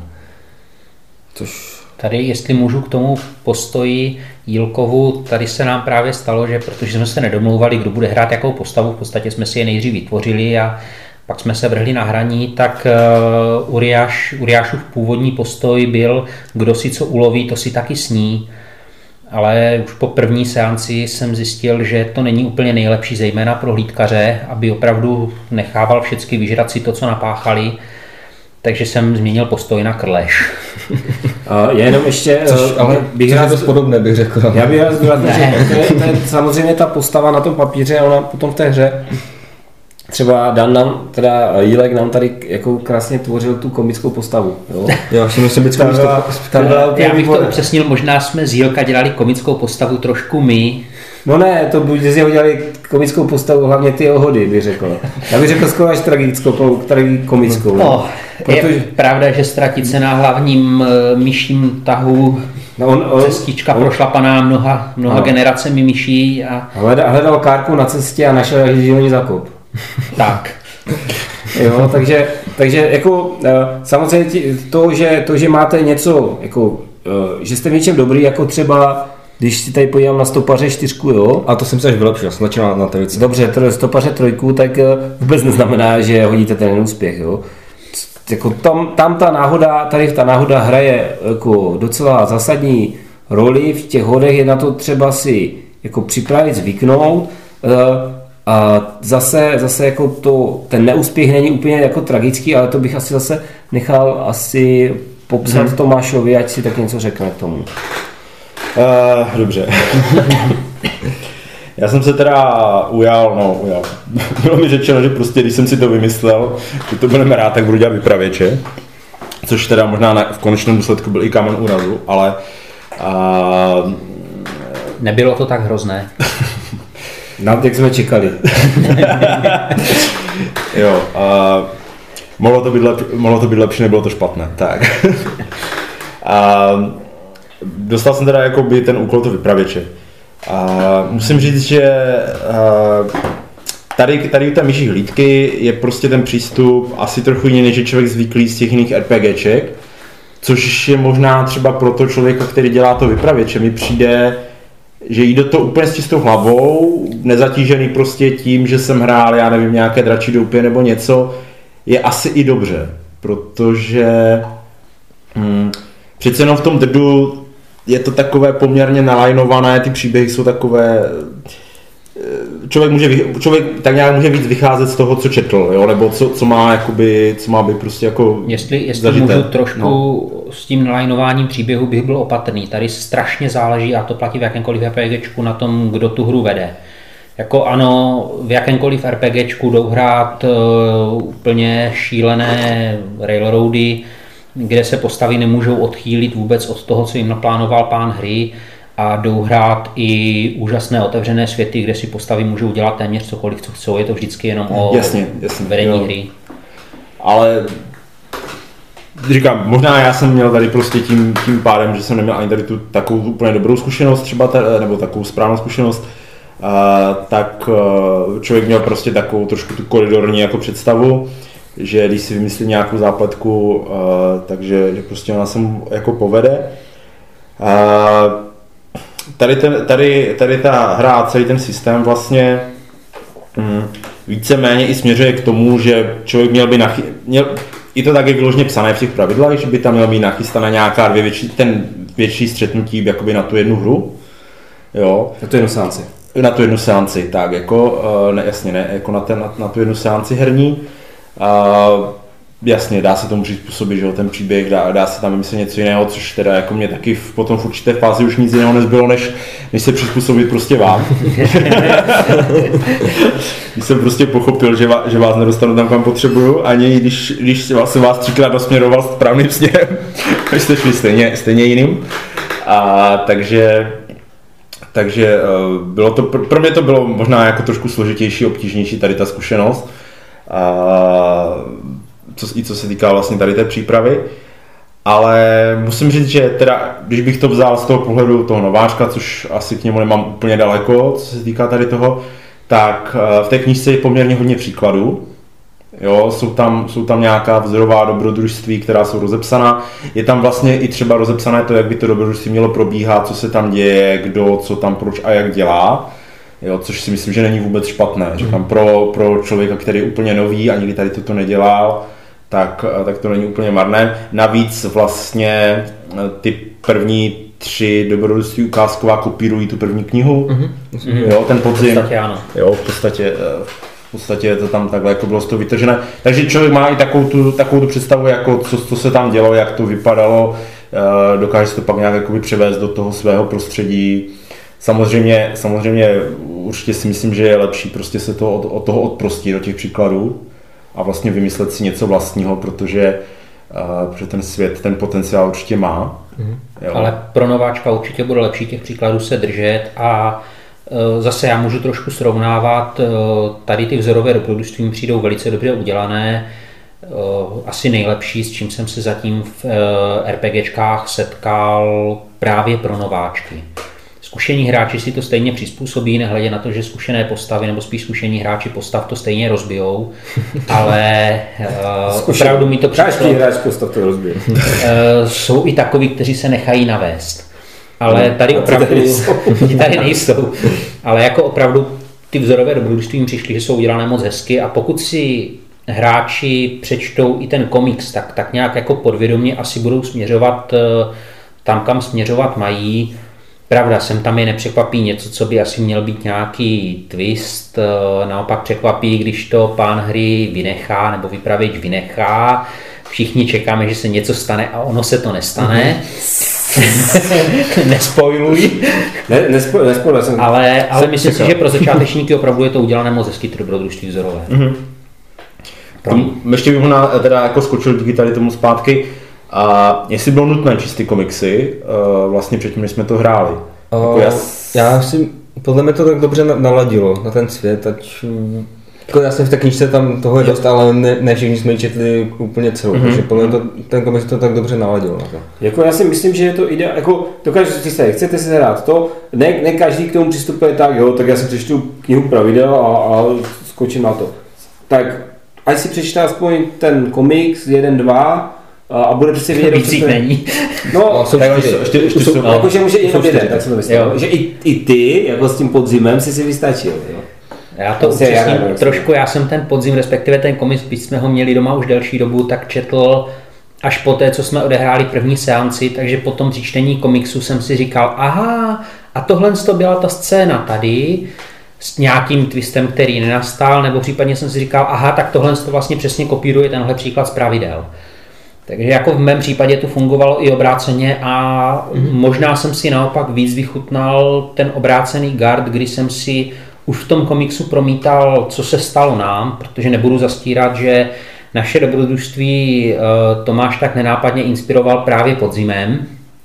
Což...
Tady, jestli můžu k tomu postoji Jílkovu, tady se nám právě stalo, že protože jsme se nedomlouvali, kdo bude hrát jakou postavu, v podstatě jsme si je nejdřív vytvořili a pak jsme se vrhli na hraní, tak uh, Uriáš, Uriášův původní postoj byl, kdo si co uloví, to si taky sní. Ale už po první seanci jsem zjistil, že to není úplně nejlepší, zejména pro hlídkaře, aby opravdu nechával všechny vyžrat si to, co napáchali. Takže jsem změnil postoj na krleš.
A jenom ještě...
Což, ale bych rád dost podobné, bych řekl.
Já bych rád zdůraznil, že to je, to je samozřejmě ta postava na tom papíře, ona potom v té hře třeba Dan nám, teda Jílek nám tady jako krásně tvořil tu komickou postavu. Jo?
Já si myslím, že
Já bych to upřesnil, možná jsme z Jílka dělali komickou postavu trošku my.
No ne, to by z něho dělali komickou postavu, hlavně ty ohody, bych řekl. Já bych řekl skoro až tragickou, tragikomickou.
No, protože... je pravda, že ztratit se na hlavním myším tahu, no on, on, cestička on, prošlapaná mnoha, mnoha generacemi myší. A...
Hledal, hledal kárku na cestě a našel živelní zakop.
Tak.
Jo, takže, takže jako samozřejmě to, že, to, že máte něco, jako, že jste v něčem dobrý, jako třeba když si tady podívám na stopaře čtyřku, jo.
A to jsem se až vylepšil, jsem začínal na trojce.
Dobře, to stopaře trojku, tak vůbec neznamená, že hodíte ten neúspěch, jo. Jako tam, tam ta náhoda, tady ta náhoda hraje jako docela zásadní roli, v těch hodech je na to třeba si jako připravit, zvyknout. A zase, zase jako to, ten neúspěch není úplně jako tragický, ale to bych asi zase nechal asi popsat hmm. Tomášovi, ať si tak něco řekne k tomu.
Uh, dobře. Já jsem se teda ujal, no ujal. Bylo mi řečeno, že prostě, když jsem si to vymyslel, že to budeme rád, tak budu dělat vypravěče. Což teda možná na, v konečném důsledku byl i kámen úrazu, ale... Uh,
Nebylo to tak hrozné.
Nám, jak jsme čekali.
Jo, uh, mohlo, to být lep, mohlo to být lepší, nebylo to špatné. Tak. uh, dostal jsem teda jakoby ten úkol to vypravěče. Uh, musím říct, že uh, tady, tady u té myší hlídky je prostě ten přístup asi trochu jiný, než je člověk zvyklý z těch jiných RPGček. Což je možná třeba pro toho člověka, který dělá to vypravěče, mi přijde, že jít do toho úplně s čistou hlavou, nezatížený prostě tím, že jsem hrál, já nevím, nějaké dračí doupě nebo něco, je asi i dobře, protože hm, přece jenom v tom drdu je to takové poměrně nalajnované, ty příběhy jsou takové, člověk může, člověk tak nějak může víc vycházet z toho, co četl, jo? Nebo co, co má jakoby, co má být prostě jako
Jestli, jestli můžu trošku no. S tím nalajnováním příběhu bych byl opatrný. Tady strašně záleží, a to platí v jakémkoliv RPGčku, na tom, kdo tu hru vede. Jako ano, v jakémkoliv RPGčku jdou hrát uh, úplně šílené railroady, kde se postavy nemůžou odchýlit vůbec od toho, co jim naplánoval pán hry, a jdou hrát i úžasné otevřené světy, kde si postavy můžou dělat téměř cokoliv, co chcou. Je to vždycky jenom o
jasně, jasně,
vedení
jo.
hry.
Ale říkám, možná já jsem měl tady prostě tím, tím pádem, že jsem neměl ani tady tu takovou úplně dobrou zkušenost třeba, ta, nebo takovou správnou zkušenost, a, tak a, člověk měl prostě takovou trošku tu koridorní jako představu, že když si vymyslí nějakou zápletku, a, takže že prostě ona se mu jako povede. A, Tady, ten, tady, tady ta hra, celý ten systém vlastně mm, víceméně i směřuje k tomu, že člověk měl by nachy, měl, i to tak je vyloženě psané v těch pravidlech, že by tam měl být nachystaná nějaká dvě větší, ten větší střetnutí jakoby na tu jednu hru. Jo.
Na tu jednu seanci.
Na tu jednu seanci, tak jako, ne, jasně ne, jako na, ten, na, na tu jednu seanci herní. Uh, Jasně, dá se tomu přizpůsobit, že ten příběh, dá, dá se tam vymyslet něco jiného, což teda jako mě taky v, potom v určité fázi už nic jiného nezbylo, než, než se přizpůsobit prostě vám. Když jsem prostě pochopil, že, vás, že vás nedostanu tam, kam potřebuju, ani když, když jsem vás třikrát dosměroval správným směrem, tak jste šli stejně, stejně jiným. A takže, takže bylo to, pro mě to bylo možná jako trošku složitější, obtížnější tady ta zkušenost. A Co, i co se týká vlastně tady té přípravy, ale musím říct, že teda, když bych to vzal z toho pohledu toho nováčka, což asi k němu nemám úplně daleko, co se týká tady toho, tak v té knížce je poměrně hodně příkladů. Jo, jsou tam, jsou tam nějaká vzorová dobrodružství, která jsou rozepsaná. Je tam vlastně i třeba rozepsané to, jak by to dobrodružství mělo probíhat, co se tam děje, kdo, co tam, proč a jak dělá. Jo, což si myslím, že není vůbec špatné. Říkám, pro, pro člověka, který je úplně nový a nikdy tady toto nedělal, tak, tak to není úplně marné. Navíc vlastně ty první tři dobrodružství ukázková kopírují tu první knihu. Mm-hmm. Jo, ten podzim.
V podstatě ano.
Jo, v podstatě, v podstatě to tam takhle jako bylo z toho vytržené. Takže člověk má i takovou tu, takovou tu představu, jako co, co se tam dělo, jak to vypadalo. Dokáže se to pak nějak jakoby převést do toho svého prostředí. Samozřejmě, samozřejmě určitě si myslím, že je lepší prostě se to od, od toho odprostit do těch příkladů a vlastně vymyslet si něco vlastního, protože, uh, protože ten svět ten potenciál určitě má.
Mm. Ale pro nováčka určitě bude lepší těch příkladů se držet a uh, zase já můžu trošku srovnávat, uh, tady ty vzorové dobrodružství mi přijdou velice dobře udělané, uh, asi nejlepší, s čím jsem se zatím v uh, RPGčkách setkal právě pro nováčky. Zkušení hráči si to stejně přizpůsobí, nehledě na to, že zkušené postavy, nebo spíš zkušení hráči postav to stejně rozbijou, ale uh, opravdu mi to přišlo.
Hráč postav to rozbijou.
Uh, jsou i takoví, kteří se nechají navést. Ale tady opravdu, tady, tady nejsou. Ale jako opravdu ty vzorové dobrodružství mi přišly, že jsou udělané moc hezky a pokud si hráči přečtou i ten komiks, tak, tak nějak jako podvědomě asi budou směřovat uh, tam, kam směřovat mají. Pravda, sem tam je nepřekvapí něco, co by asi měl být nějaký twist, naopak překvapí, když to pán hry vynechá nebo vypravěč vynechá. Všichni čekáme, že se něco stane a ono se to nestane. Mm-hmm. Nespoiluj.
Ne, nespo, nespoiluj jsem.
Ale, ale myslím si, že pro začátečníky opravdu je to udělané moc hezky, ty dobrodružství vzorové. Mm-hmm.
Ještě bych možná teda jako skočil díky tady tomu zpátky. A jestli bylo nutné číst ty komiksy, uh, vlastně předtím, než jsme to hráli.
Uh, jako já... já si, podle mě to tak dobře naladilo na ten svět, ať jako já jsem v té knížce tam toho je dost, ale ne, ne všichni jsme ji četli úplně celou, mm-hmm. takže podle mě to, ten komiks to tak dobře naladil na to.
Jako já si myslím, že je to ide, jako dokážu si se, chcete si hrát to, ne, ne každý k tomu přistupuje tak, jo, tak já si přečtu knihu pravidel a, a skočím na to. Tak ať si přečte aspoň ten komiks, jeden, dva, a bude prostě vědět,
víc jich není.
No,
jsou ještě, ještě, ještě jsou,
no, jakože může jenom jeden, tak se to myslím. Že i, i ty, jako s tím podzimem, si si vystačil. Jo.
Já to upřesním trošku, já jsem ten podzim, respektive ten komiks, když jsme ho měli doma už delší dobu, tak četl až po té, co jsme odehráli první seanci, takže po tom přečtení komiksu jsem si říkal, aha, a tohle to byla ta scéna tady, s nějakým twistem, který nenastal, nebo případně jsem si říkal, aha, tak tohle to vlastně přesně kopíruje tenhle příklad z pravidel. Takže jako v mém případě to fungovalo i obráceně a mm-hmm. možná jsem si naopak víc vychutnal ten obrácený guard, kdy jsem si už v tom komiksu promítal, co se stalo nám, protože nebudu zastírat, že naše dobrodružství Tomáš tak nenápadně inspiroval právě Podzimem.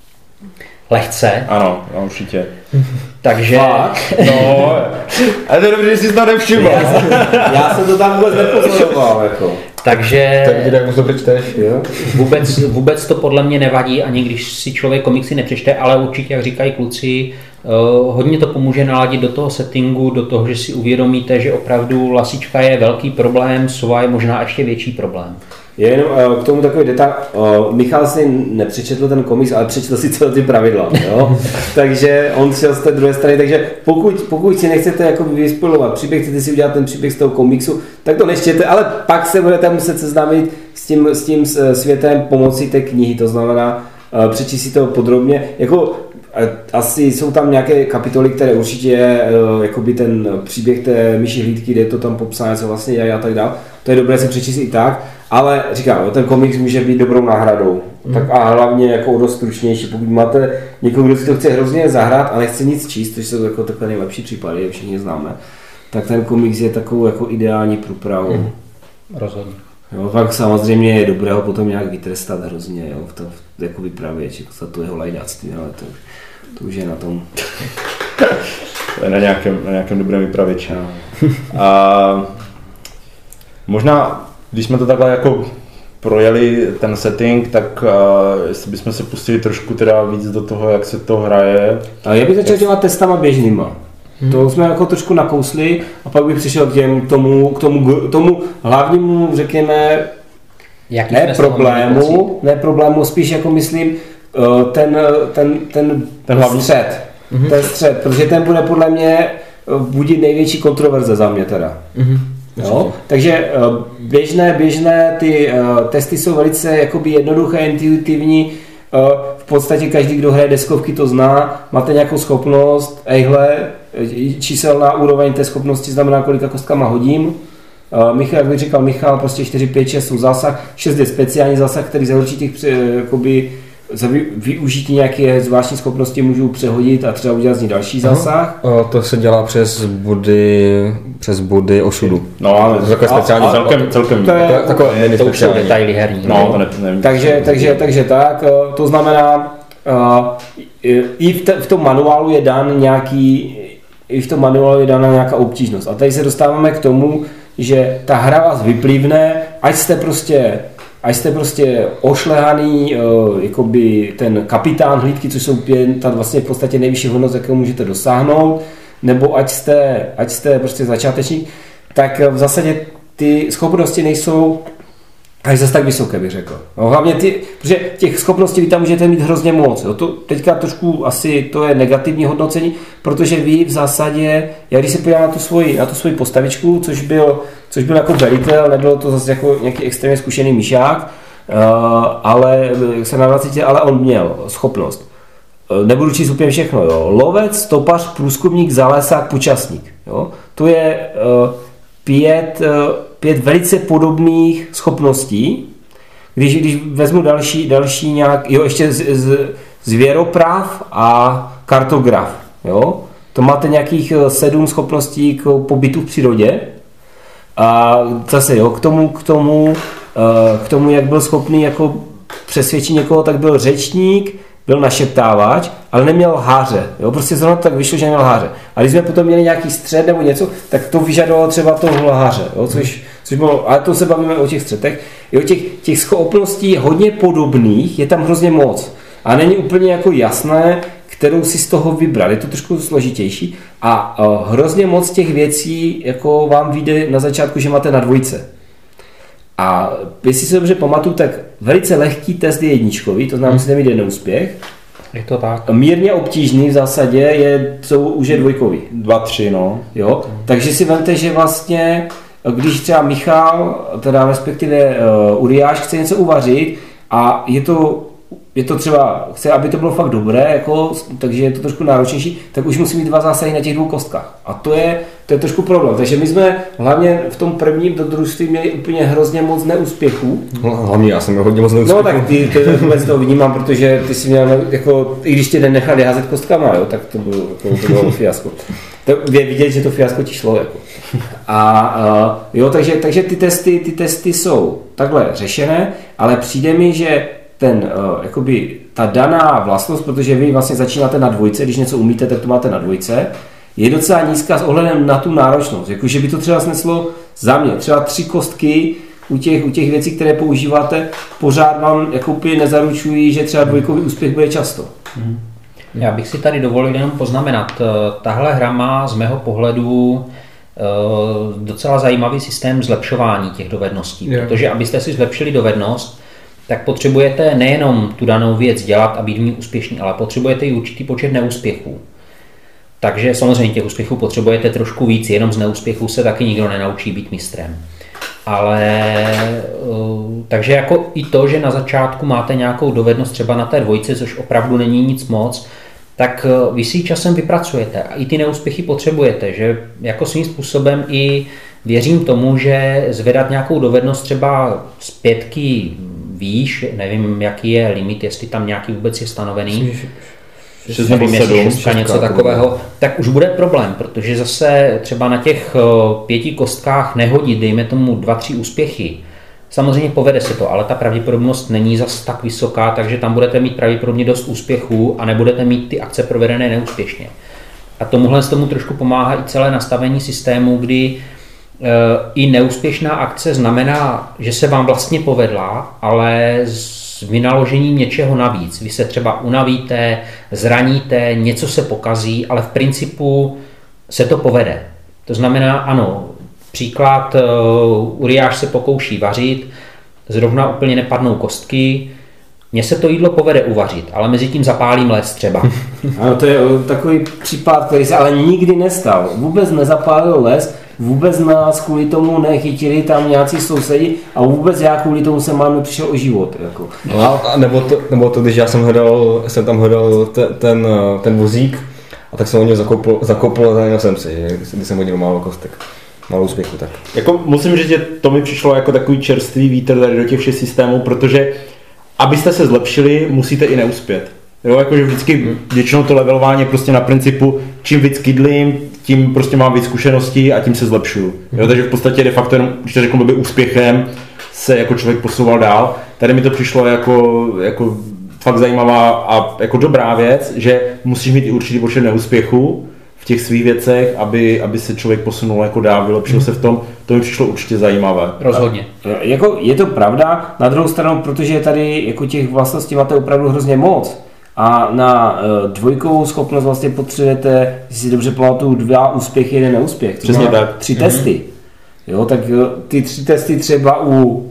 Lehce.
Ano, no, určitě.
Takže...
No, ale to je dobře, že jsi to nevšiml.
Já, já jsem to tam vůbec nepozoroval, jako.
Takže
Tak vidět, jak mu to přečteš, jo?
Vůbec, vůbec to podle mě nevadí, ani když si člověk komiksy nepřečte, ale určitě, jak říkají kluci, uh, hodně to pomůže naladit do toho settingu, do toho, že si uvědomíte, že opravdu Lasička je velký problém, Sova je možná ještě větší problém.
Je jenom uh, k tomu takový detail. Uh, Michal si nepřečetl ten komiks, ale přečetl si celé ty pravidla. Jo? Takže on šel z té druhé strany. Takže pokud, pokud si nechcete jako vyspojovat příběh, chcete si udělat ten příběh z toho komiksu, tak to nečtěte, ale pak se budete muset seznámit s tím, s tím světem pomocí té knihy. To znamená, uh, přečíst si to podrobně. Jako, asi jsou tam nějaké kapitoly, které určitě uh, jakoby ten příběh té myší hlídky, kde je to tam popsané, co vlastně dělají a tak dále. To je dobré si přečíst i tak, ale říkám, ten komiks může být dobrou náhradou. Mm. Tak a hlavně jako dost stručnější. Pokud máte někoho, kdo si to chce hrozně zahrát a nechce nic číst, což jsou jako takové nejlepší případy, je všichni známe, tak ten komiks je takovou jako ideální průpravou. Mm.
Rozhodně.
Jo, pak samozřejmě je dobré ho potom nějak vytrestat hrozně, jo, v to, v, jako vypravěč, jako za to jeho lajdáctví, ale to, to už je na tom.
To je na nějakém, na nějakém dobrém vypravěči. A možná, když jsme to takhle jako projeli ten setting, tak uh, jestli bychom se pustili trošku teda víc do toho, jak se to hraje.
A já bych začal dělat testama běžnýma. Hmm. To jsme jako trošku nakousli a pak bych přišel k, těm, k, tomu, k tomu, k tomu hlavnímu, řekněme,
Jaký
ne problému, ne problému, spíš jako myslím ten, ten, ten, ten hlavní střed. Mm-hmm. Ten střed, protože ten bude podle mě budit největší kontroverze za mě teda. Mm-hmm. Jo? Takže běžné, běžné ty testy jsou velice jakoby jednoduché, intuitivní. V podstatě každý, kdo hraje deskovky, to zná. Máte nějakou schopnost, ejhle, číselná úroveň té schopnosti znamená, kolika kostkama hodím. Michal, jak bych říkal Michal, prostě čtyři, pět, šest jsou zásah, šest je speciální zásah, který za určitých jakoby, za využití nějaké zvláštní schopnosti můžu přehodit a třeba udělat z ní další zásah.
Uh-huh. To se dělá přes body, přes body osudu.
No, ale to je takové speciální, a, celkem, celkem.
To, je,
to, takové
to už jsou detaily herní.
No, to ne, nevím.
Takže, takže, takže tak, to znamená, i v, te, v tom manuálu je dan nějaký, i v tom manuálu je dána nějaká obtížnost. A tady se dostáváme k tomu, že ta hra vás vyplivne, ať jste prostě Ať jste prostě ošlehaný, jakoby ten kapitán hlídky, což jsou ta vlastně v podstatě nejvyšší hodnot, jakou můžete dosáhnout, nebo ať jste, ať jste prostě začátečník, tak v zásadě ty schopnosti nejsou až zase tak vysoké, bych řekl. No, hlavně ty, protože těch schopností vy tam můžete mít hrozně moc. Jo. To teďka trošku asi to je negativní hodnocení, protože vy v zásadě, já když se podívám na tu svoji, na tu svoji postavičku, což byl, což byl jako velitel, nebylo to zase jako nějaký extrémně zkušený myšák, uh, ale se na dvaceti, ale on měl schopnost. Uh, nebudu číst úplně všechno. Jo. Lovec, stopař, průzkumník, zalesák, počasník. Jo. To je uh, pět uh, pět velice podobných schopností. Když, když vezmu další, další nějak, jo, ještě z, z, zvěroprav a kartograf, jo, to máte nějakých sedm schopností k pobytu v přírodě. A zase, jo, k tomu, k tomu, k tomu, jak byl schopný jako přesvědčit někoho, tak byl řečník, byl našeptávač, ale neměl háře. Jo? Prostě zrovna tak vyšlo, že neměl háře. A když jsme potom měli nějaký střed nebo něco, tak to vyžadovalo třeba toho háře. Jo? Což, což bylo, ale to se bavíme o těch střetech. Jo, těch, těch schopností hodně podobných je tam hrozně moc. A není úplně jako jasné, kterou si z toho vybrat. Je to trošku složitější. A uh, hrozně moc těch věcí jako vám vyjde na začátku, že máte na dvojce. A jestli se dobře pamatuju, tak velice lehký test je jedničkový, to znamená, musíte mít jeden úspěch.
Je to tak.
Mírně obtížný v zásadě je, jsou už je dvojkový.
Dva, tři, no.
Jo, takže si vemte, že vlastně, když třeba Michal, teda respektive uh, Uriáš chce něco uvařit a je to je to třeba, chce, aby to bylo fakt dobré, jako, takže je to trošku náročnější, tak už musí mít dva zásahy na těch dvou kostkách. A to je, to je trošku problém. Takže my jsme hlavně v tom prvním dobrodružství měli úplně hrozně moc neúspěchů.
Hlavně já jsem měl hodně moc neúspěchů.
No tak ty, ty vůbec to vnímám, protože ty si měl, jako, i když tě nenechali házet kostkama, jo, tak to bylo, jako, to bylo fiasko. To je vidět, že to fiasko ti šlo. Jako. A, a jo, takže, takže ty testy, ty testy jsou takhle řešené, ale přijde mi, že ten, uh, jakoby, ta daná vlastnost, protože vy vlastně začínáte na dvojce, když něco umíte, tak to máte na dvojce, je docela nízká s ohledem na tu náročnost. Jakože by to třeba sneslo za mě, třeba tři kostky u těch, u těch věcí, které používáte, pořád vám jako úplně nezaručují, že třeba dvojkový úspěch bude často.
Hmm. Já bych si tady dovolil jenom poznamenat, tahle hra má z mého pohledu docela zajímavý systém zlepšování těch dovedností, yeah. Protože abyste si zlepšili dovednost, tak potřebujete nejenom tu danou věc dělat a být v ní úspěšný, ale potřebujete i určitý počet neúspěchů. Takže samozřejmě těch úspěchů potřebujete trošku víc, jenom z neúspěchů se taky nikdo nenaučí být mistrem. Ale takže jako i to, že na začátku máte nějakou dovednost třeba na té dvojce, což opravdu není nic moc, tak vy si časem vypracujete a i ty neúspěchy potřebujete, že jako svým způsobem i věřím tomu, že zvedat nějakou dovednost třeba z pětky výš, nevím jaký je limit, jestli tam nějaký vůbec je stanovený,
šest nebo sedm,
něco takového, tak už bude problém, protože zase třeba na těch pěti kostkách nehodit, dejme tomu dva, tři úspěchy. Samozřejmě povede se to, ale ta pravděpodobnost není zas tak vysoká, takže tam budete mít pravděpodobně dost úspěchů a nebudete mít ty akce provedené neúspěšně. A tomuhle z tomu trošku pomáhá i celé nastavení systému, kdy i neúspěšná akce znamená, že se vám vlastně povedla, ale s vynaložením něčeho navíc. Vy se třeba unavíte, zraníte, něco se pokazí, ale v principu se to povede. To znamená, ano, příklad, Uriáš se pokouší vařit, zrovna úplně nepadnou kostky, mně se to jídlo povede uvařit, ale mezi tím zapálím les třeba.
Ano, to je takový případ, který se ale nikdy nestal. Vůbec nezapálil les, vůbec nás kvůli tomu nechytili tam nějací sousedi a vůbec já kvůli tomu jsem mám nepřišel o život. Jako.
No, a nebo to, nebo to, když já jsem, hledal, jsem tam hledal te, ten, ten vozík a tak jsem ho něj zakopl, zakopl a zaněl jsem si, když jsem hodil málo kostek. Malou úspěchu, tak.
Jako musím říct, že to mi přišlo jako takový čerstvý vítr tady do těch všech systémů, protože abyste se zlepšili, musíte i neuspět. Jo, jakože vždycky většinou to levelování je prostě na principu, čím víc kydlím, tím prostě mám víc zkušeností a tím se zlepšuju. Jo, takže v podstatě de facto jenom, když to řeknu by úspěchem, se jako člověk posouval dál. Tady mi to přišlo jako, jako fakt zajímavá a jako dobrá věc, že musíš mít i určitý počet neúspěchů v těch svých věcech, aby, aby se člověk posunul jako dál, vylepšil mm. se v tom, to mi přišlo určitě zajímavé.
Rozhodně.
Jako je to pravda, na druhou stranu, protože tady jako těch vlastností máte opravdu hrozně moc a na uh, dvojkovou schopnost vlastně potřebujete, jestli si dobře pamatuju, dva úspěchy, jeden neúspěch.
Přesně tak.
Tři mm. testy. Jo, tak ty tři testy třeba u...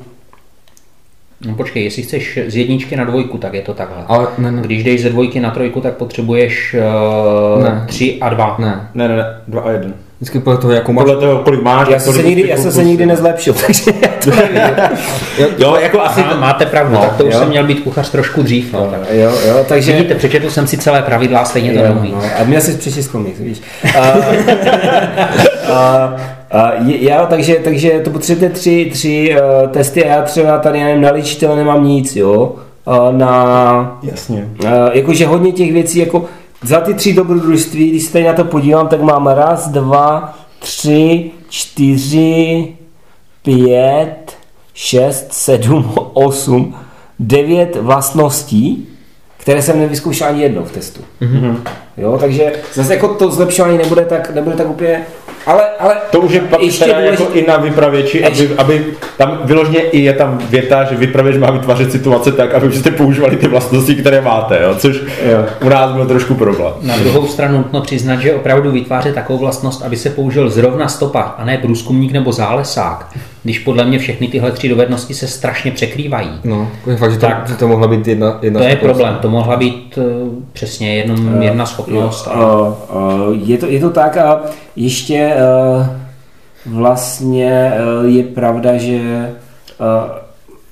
No počkej, jestli chceš z jedničky na dvojku, tak je to takhle.
Ale ne, ne.
Když jdeš ze dvojky na trojku, tak potřebuješ uh,
ne.
tři a dva.
Ne,
ne, ne, ne dva a jeden.
Vždycky podle toho, jakou máš.
Podle toho, kolik máš.
Já jsem se nikdy, já jsem se nikdy nezlepšil, takže to
jo, jo, jako asi
Aha, máte pravdu, no, tak to už
jo.
jsem měl být kuchař trošku dřív. No, tak.
Jo, jo, takže...
Vidíte, přečetl jsem si celé pravidla, stejně to neumím.
No, a měl jsi přečíst komiks, víš. A, a, a, já, takže, takže to potřebujete tři, tři uh, testy a já třeba tady nevím, na ličitele nemám nic, jo. Uh, na...
Jasně.
Uh, jakože hodně těch věcí, jako za ty tři dobrodružství, když se tady na to podívám, tak mám raz, dva, tři, čtyři, pět, šest, sedm, osm, devět vlastností, které jsem nevyzkoušel ani jednou v testu. Mm-hmm. Jo, takže zase jako to zlepšování nebude tak, nebude tak úplně, ale, ale
to už je pak teda jako i na vypravěči, aby, aby tam vyloženě i je tam věta, že vypravěč má vytvářet situace tak, aby jste používali ty vlastnosti, které máte, jo? Což jo. U nás byl trošku problém.
Na druhou stranu nutno přiznat, že opravdu vytvářet takovou vlastnost, aby se použil zrovna stopař a ne průzkumník nebo zálesák, když podle mě všechny tyhle tři dovednosti se strašně překrývají.
No, je fakt, že to,
tak,
že to mohla být jedna, jedna
to
schopnost.
je problém, to mohla být uh, přesně jenom uh, jedna schopnost.
Uh, uh, je, to, je to tak a ještě uh, vlastně uh, je pravda, že uh,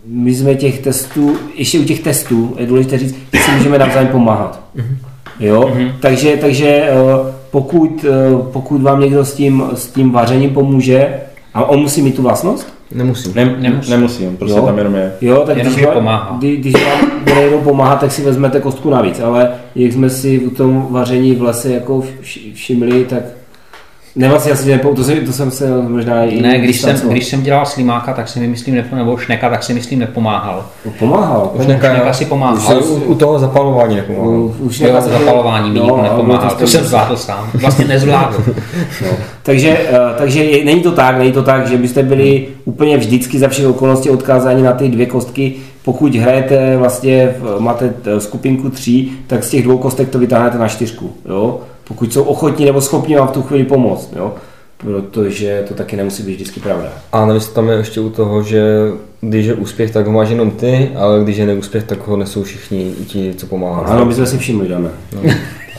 my jsme těch testů, ještě u těch testů je důležité říct, že si můžeme navzájem pomáhat. Jo? Mm-hmm. Takže, takže pokud, pokud vám někdo s tím, s tím vařením pomůže, a on musí mít tu vlastnost?
Nemusí.
Ne, nemusí. nemusí, on prostě jo. tam jenom je.
Jo, tak
jenom,
když,
pomáhá.
Kdy, když vám bude jenom pomáhat, tak si vezmete kostku navíc, ale jak jsme si u tom vaření v lese jako všimli, tak nemá si asi nepou, to, to jsem se možná i...
Ne, když jsem, když jsem dělal slimáka, tak si mi myslím, nebo šneka, tak si myslím nepomáhal.
Pomáhal.
Šneka, šneka si pomáhal.
U, u toho zapalování nepomáhal.
U, u
jo, zapalování mi no, nepomáhal, to, to jsem zvládl sám. Vlastně nezvládl.
No. Takže, takže je, není to tak, není to tak, že byste byli úplně vždycky za všech okolností odkázáni na ty dvě kostky. Pokud hrajete vlastně, máte skupinku tří, tak z těch dvou kostek to vytáhnete na čtyřku. Jo? Pokud jsou ochotní nebo schopni vám v tu chvíli pomoct, jo? Protože to taky nemusí být vždycky pravda.
A navíc tam je ještě u toho, že když je úspěch, tak ho máš jenom ty, ale když je neúspěch, tak ho nesou všichni ti, co pomáhají.
Ano, my jsme si všimli, dáme. No.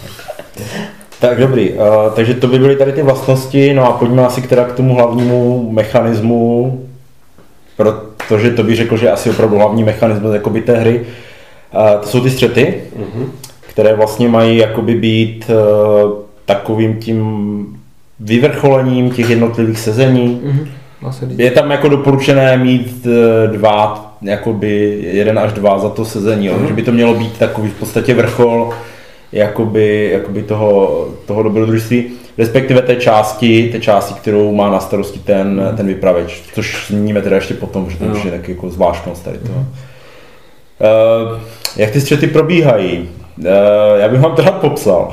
Tak dobrý, uh, takže to by byly tady ty vlastnosti, no a pojďme asi k, teda k tomu hlavnímu mechanismu, protože to bych řekl, že asi opravdu hlavní mechanismus jakoby té hry, uh, to jsou ty střety. Uh-huh. Které vlastně mají jakoby být uh, takovým tím vyvrcholením těch jednotlivých sezení. Mm-hmm. Je tam jako doporučené mít uh, dva, jakoby jeden až dva za to sezení, mm-hmm. že by to mělo být takový v podstatě vrchol jakoby, jakoby toho, toho dobrodružství, respektive té části, té části, kterou má na starosti ten, mm-hmm. ten vypravěč, což zmíníme teda ještě potom, že to už je taky jako zvláštnost tady toho. Mm-hmm. Uh, jak ty střety probíhají? Uh, já bych vám to rád popsal,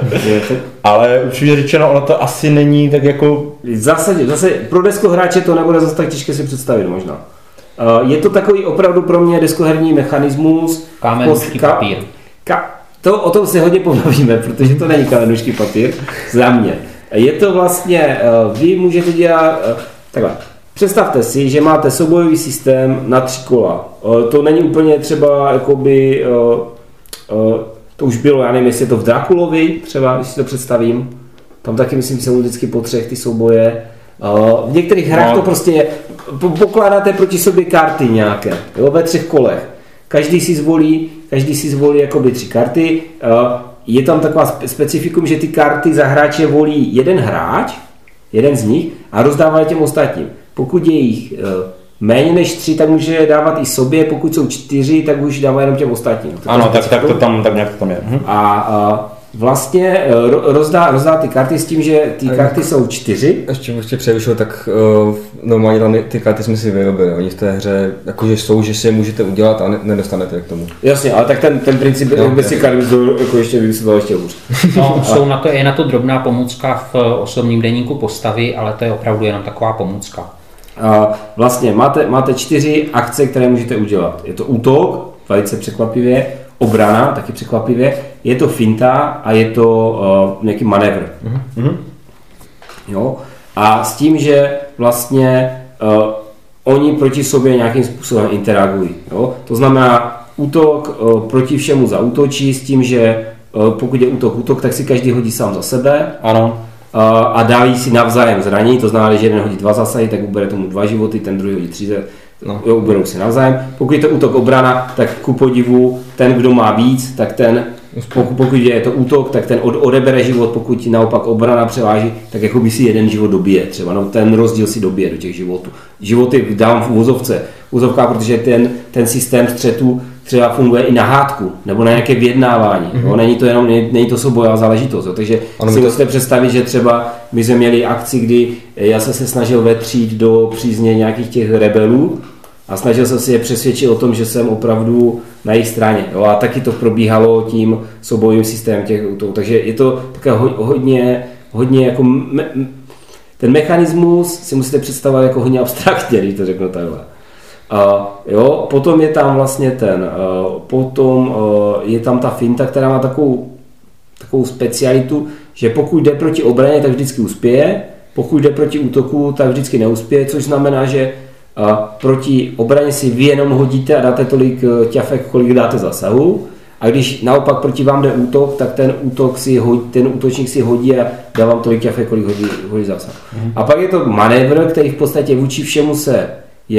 ale určitě řečeno, ono to asi není tak jako...
Zase, zase pro deskohráče to nebude zase tak těžké si představit možná. Uh, je to takový opravdu pro mě deskoherní mechanismus.
Kámen, nůžky, papír.
Ka, to, o tom si hodně pobavíme, protože to není kámen, nůžky, papír, za mě. Je to vlastně, uh, vy můžete dělat, uh, takhle, představte si, že máte soubojový systém na tři kola. Uh, to není úplně třeba jakoby... Uh, Uh, to už bylo, já nevím, jestli je to v Drakulovi třeba, když si to představím. Tam taky myslím, že jsou vždycky po třech ty souboje. Uh, v některých hrách no. to prostě po, pokládáte proti sobě karty nějaké, jo, ve třech kolech. Každý si zvolí, každý si zvolí jakoby tři karty. Uh, je tam taková specifikum, že ty karty za hráče volí jeden hráč, jeden z nich a rozdávají těm ostatním. Pokud je jich uh, méně než tři, tak může dávat i sobě, pokud jsou čtyři, tak už dává jenom těm ostatním.
To ano, tak, tak to tam, tak nějak to tam je. Mhm.
A, a vlastně rozdá, rozdá ty karty s tím, že ty karty jsou čtyři.
Ještě ještě převyšil, tak uh, normálně tam ty karty jsme si vyrobili. Oni v té hře jakože jsou, že si je můžete udělat a ne, nedostanete k tomu.
Jasně, ale tak ten, ten princip no, bez těch karty jako ještě vysvětlil ještě hůř.
No, jsou na to, je na to drobná pomůcka v osobním deníku postavy, ale to je opravdu jenom taková pomůcka.
A vlastně máte, máte čtyři akce, které můžete udělat. Je to útok, velice překvapivě, obrana, taky překvapivě, je to finta a je to uh, nějaký manévr. Mm-hmm. Jo? A s tím, že vlastně uh, oni proti sobě nějakým způsobem interagují. Jo? To znamená, útok uh, proti všemu zaútočí s tím, že uh, pokud je útok útok, tak si každý hodí sám za sebe.
Ano.
A dávají si navzájem zranění, to znamená, že jeden hodí dva zásahy, tak ubere tomu dva životy, ten druhý hodí tři, no. jo, uberou si navzájem. Pokud je to útok obrana, tak ku podivu ten, kdo má víc, tak ten, pokud, pokud je to útok, tak ten od, odebere život, pokud naopak obrana převáží, tak jako by si jeden život dobije třeba, no, ten rozdíl si dobije do těch životů. Životy dám v úvozovce, úvozovka, protože ten, ten systém střetu třeba funguje i na hádku, nebo na nějaké vyjednávání. Mm-hmm. Není to jenom, není to soubojová záležitost. Jo. Takže ano, si to... musíte představit, že třeba my jsme měli akci, kdy já jsem se snažil vetřít do přízně nějakých těch rebelů a snažil jsem si je přesvědčit o tom, že jsem opravdu na jejich straně. Jo. A taky to probíhalo tím soubojovým systémem těch útoků. Takže je to také hodně, hodně jako me, ten mechanismus si musíte představovat jako hodně abstraktně, když to řeknu takhle. Uh, jo, potom je tam vlastně ten, uh, potom uh, je tam ta finta, která má takovou, takovou specialitu, že pokud jde proti obraně, tak vždycky uspěje, pokud jde proti útoku, tak vždycky neuspěje, což znamená, že uh, proti obraně si vy jenom hodíte a dáte tolik uh, ťafek, kolik dáte zásahu, a když naopak proti vám jde útok, tak ten útok si hodí, ten útočník si hodí a dá vám tolik ťafek, kolik hodí, hodí zásah. Mm-hmm. A pak je to manévr, který v podstatě vůči všemu se je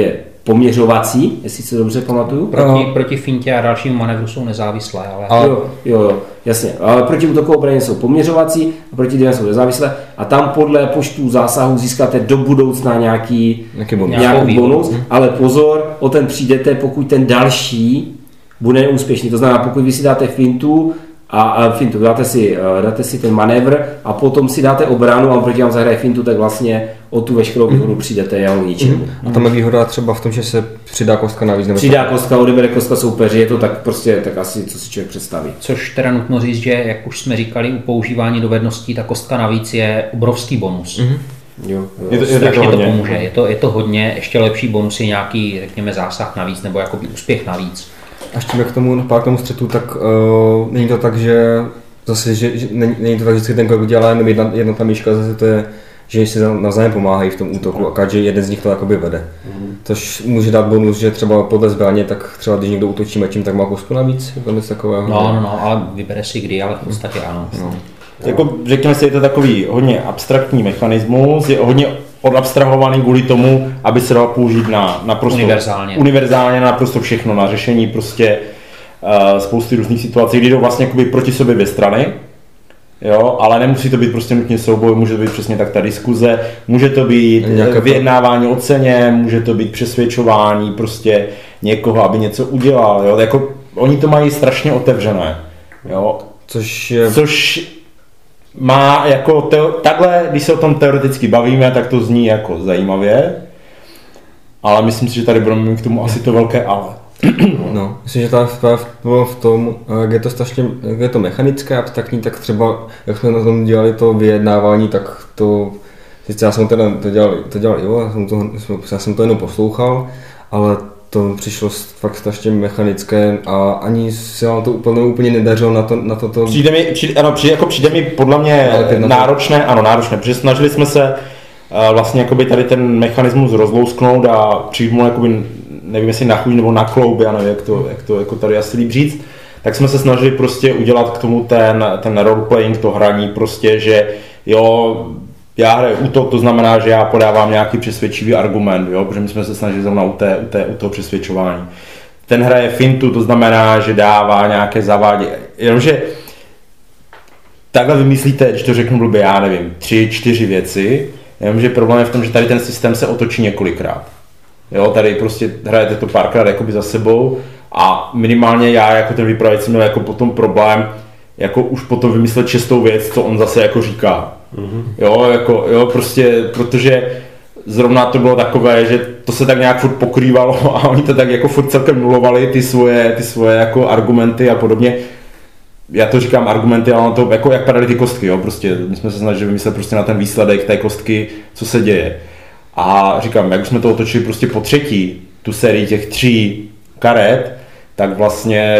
poměřovací, jestli se dobře pamatuju.
Proti, no. proti fintě a dalšímu manévru jsou nezávislé, ale...
ale... Jo, jo, jo, jasně. Ale proti útoku obraně jsou poměřovací a proti dvěma jsou nezávislé a tam podle počtu zásahů získáte do budoucna nějaký,
nějaký bonus,
nějaký bonus hmm. ale pozor, o ten přijdete, pokud ten další bude neúspěšný. To znamená, pokud vy si dáte fintu, a, a fintu, dáte si, dáte si ten manévr a potom si dáte obranu a on proti vám zahraje fintu, tak vlastně o tu veškerou výhodu přijdete jenom ničemu.
Mm. A tam je výhoda třeba v tom, že se přidá kostka navíc. Nebo
přidá kostka, odebere kostka soupeři, je to tak prostě tak asi, co si člověk představí.
Což teda nutno říct, že jak už jsme říkali, u používání dovedností, ta kostka navíc je obrovský bonus.
Mm. Jo, jo.
Je to, strašně to, to pomůže, je to, je to hodně, ještě lepší bonus je nějaký, řekněme, zásah navíc, nebo jakoby úspěch navíc.
A ještě k tomu, pár k tomu střetu, tak uh, není to tak, že zase, že, že není, není to tak, že ten krok dělá jenom jedna, jedna ta myška, zase to je, že si navzájem pomáhají v tom útoku a každý jeden z nich to jakoby vede. Mm. Což může dát bonus, že třeba podle zbraně, tak třeba když někdo útočí mečím, tak má kostku navíc, jako něco takového.
No, no, no, ale vybere si kdy, ale v podstatě ano. No.
Jako řekněme si, je to takový hodně abstraktní mechanismus, je hodně odabstrahovaný kvůli tomu, aby se dal použít na naprosto
univerzálně,
univerzálně na naprosto všechno, na řešení prostě uh, spousty různých situací, kdy jdou vlastně jakoby proti sobě dvě strany, jo, ale nemusí to být prostě nutně souboj, může to být přesně tak ta diskuze, může to být nějaké vyjednávání o ceně, může to být přesvědčování prostě někoho, aby něco udělal, jo, jako oni to mají strašně otevřené, jo,
což je...
což má jako teo, takhle, když se o tom teoreticky bavíme, tak to zní jako zajímavě, ale myslím si, že tady budeme mít k tomu asi to velké ale.
No, myslím, že ta bylo v tom, jak je to strašně, jak je to mechanické, abstraktní, tak třeba, jak jsme na tom dělali to vyjednávání, tak to, sice já jsem to, to dělal, to dělal jo, já jsem to, já jsem to jenom poslouchal, ale to přišlo fakt strašně mechanické a ani se vám to úplně, úplně nedařilo na to, na to, to...
Přijde mi, přijde, ano, přijde, jako přijde mi podle mě náročné, ano, náročné, protože snažili jsme se uh, vlastně jakoby tady ten mechanismus rozlousknout a přijít mu jakoby, nevím jestli na chuť nebo na kloub, já nevím, jak to, jak to jako tady asi líp říct, tak jsme se snažili prostě udělat k tomu ten, ten roleplaying, to hraní prostě, že jo, já hraju útok, to znamená, že já podávám nějaký přesvědčivý argument, jo, protože my jsme se snažili zrovna u, té, u, té, u toho přesvědčování. Ten hraje fintu, to znamená, že dává nějaké zavádě, jenomže takhle vymyslíte, když to řeknu blbě, já nevím, tři, čtyři věci, jenomže problém je v tom, že tady ten systém se otočí několikrát. Jo, tady prostě hrajete to párkrát jakoby za sebou a minimálně já jako ten vypravějící měl jako potom problém, jako už potom vymyslet šestou věc, co on zase jako říká. Mm-hmm. Jo, jako, jo, prostě, protože zrovna to bylo takové, že to se tak nějak furt pokrývalo a oni to tak jako furt celkem nulovali ty svoje, ty svoje jako argumenty a podobně. Já to říkám argumenty, ale to jako jak padaly ty kostky, jo, prostě my jsme se snažili vymyslet prostě na ten výsledek té kostky, co se děje. A říkám, jak už jsme to otočili prostě po třetí, tu sérii těch tří karet, tak vlastně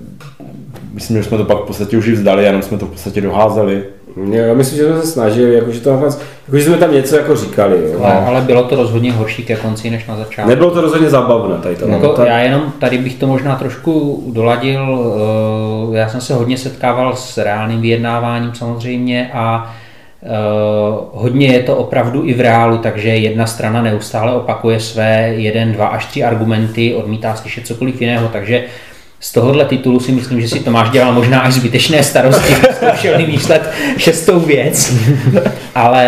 myslím, že jsme to pak v podstatě už i vzdali, jenom jsme to v podstatě doházeli.
Já myslím, že jsme se snažili, jakože, to, jakože jsme tam něco jako říkali. Jo.
Ale, ale bylo to rozhodně horší ke konci než na začátku.
Nebylo to rozhodně zábavné. Tady to,
jako, já jenom tady bych to možná trošku doladil. Já jsem se hodně setkával s reálným vyjednáváním samozřejmě a Uh, hodně je to opravdu i v reálu, takže jedna strana neustále opakuje své jeden, dva až tři argumenty, odmítá slyšet cokoliv jiného, takže z tohohle titulu si myslím, že si Tomáš dělal možná až zbytečné starosti, zkoušel vymýšlet šestou věc, ale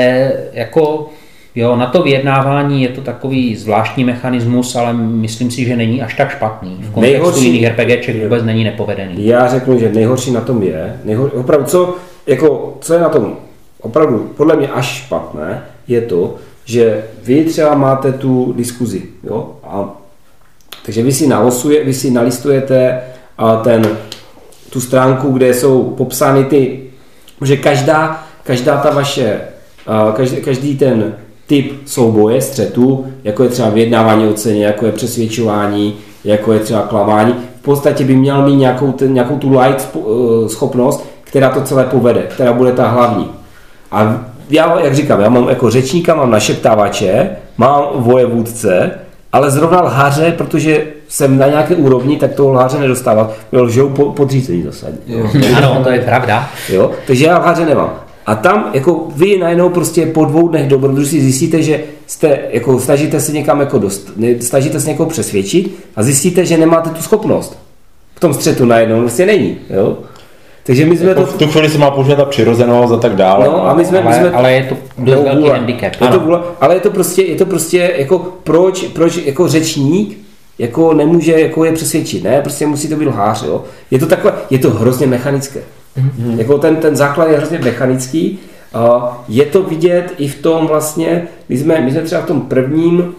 jako jo, na to vyjednávání je to takový zvláštní mechanismus, ale myslím si, že není až tak špatný. V kontextu nejhorší, jiných RPGček vůbec není nepovedený.
Já řeknu, že nejhorší na tom je, nejhor, opravdu co, jako, co je na tom opravdu podle mě až špatné, je to, že vy třeba máte tu diskuzi, jo, a takže vy si nalosuje, vy si nalistujete a ten, tu stránku, kde jsou popsány ty, že každá, každá ta vaše, každý, každý ten typ souboje, střetu, jako je třeba vyjednávání o ceně, jako je přesvědčování, jako je třeba klamání, v podstatě by měl mít nějakou, ten, nějakou tu light schopnost, která to celé povede, která bude ta hlavní. A já, jak říkám, já mám jako řečníka, mám našeptávače, mám vojevůdce, ale zrovna lháře, protože jsem na nějaké úrovni, tak toho lháře nedostávám. Lžou po, podřízení zasadně.
Ano, to je pravda.
Jo? Takže já lháře nemám. A tam jako vy najednou prostě po dvou dnech dobrodružství si zjistíte, že jste, jako snažíte se někam jako dost, snažíte se někoho přesvědčit a zjistíte, že nemáte tu schopnost. V tom střetu najednou vlastně není. Jo? Takže my jsme
jako
to...
V tu chvíli se má používat ta přirozenost a tak dále.
No, a my jsme,
ale,
my jsme...
ale je to dost velký
vůle.
handicap.
Je to vůle, ale je to prostě, je to prostě jako proč, proč jako řečník jako nemůže jako je přesvědčit, ne? Prostě musí to být lhář, jo? Je to takhle, je to hrozně mechanické. Mm-hmm. Jako ten, ten základ je hrozně mechanický. A je to vidět i v tom vlastně, my jsme, my jsme třeba v tom prvním,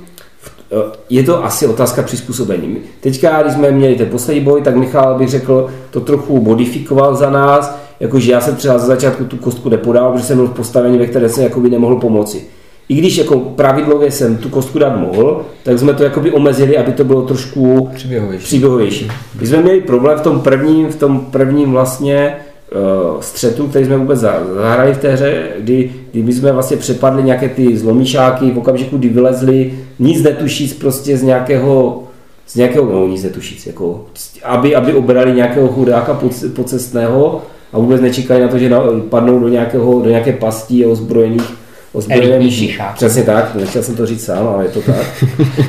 je to asi otázka přizpůsobení. Teďka, když jsme měli ten poslední boj, tak Michal, bych řekl, to trochu modifikoval za nás, jakože já jsem třeba za začátku tu kostku nepodal, protože jsem byl v postavení, ve které jsem jakoby nemohl pomoci. I když jako pravidlově jsem tu kostku dát mohl, tak jsme to jakoby omezili, aby to bylo trošku
příběhovější.
příběhovější. My jsme měli problém v tom prvním, v tom prvním vlastně uh, střetu, který jsme vůbec zahrali v té hře, kdy, kdy my jsme vlastně přepadli nějaké ty zlomíčáky, v okamžiku, kdy vylezli, nic netušíc prostě z nějakého, z nějakého, no nic netušíc, jako, aby, aby obrali nějakého chudáka pocestného a vůbec nečekali na to, že padnou do, nějakého, do nějaké pastí ozbrojených ozbrojených myší. Přesně tak, nechtěl jsem to říct sám, ale je to tak.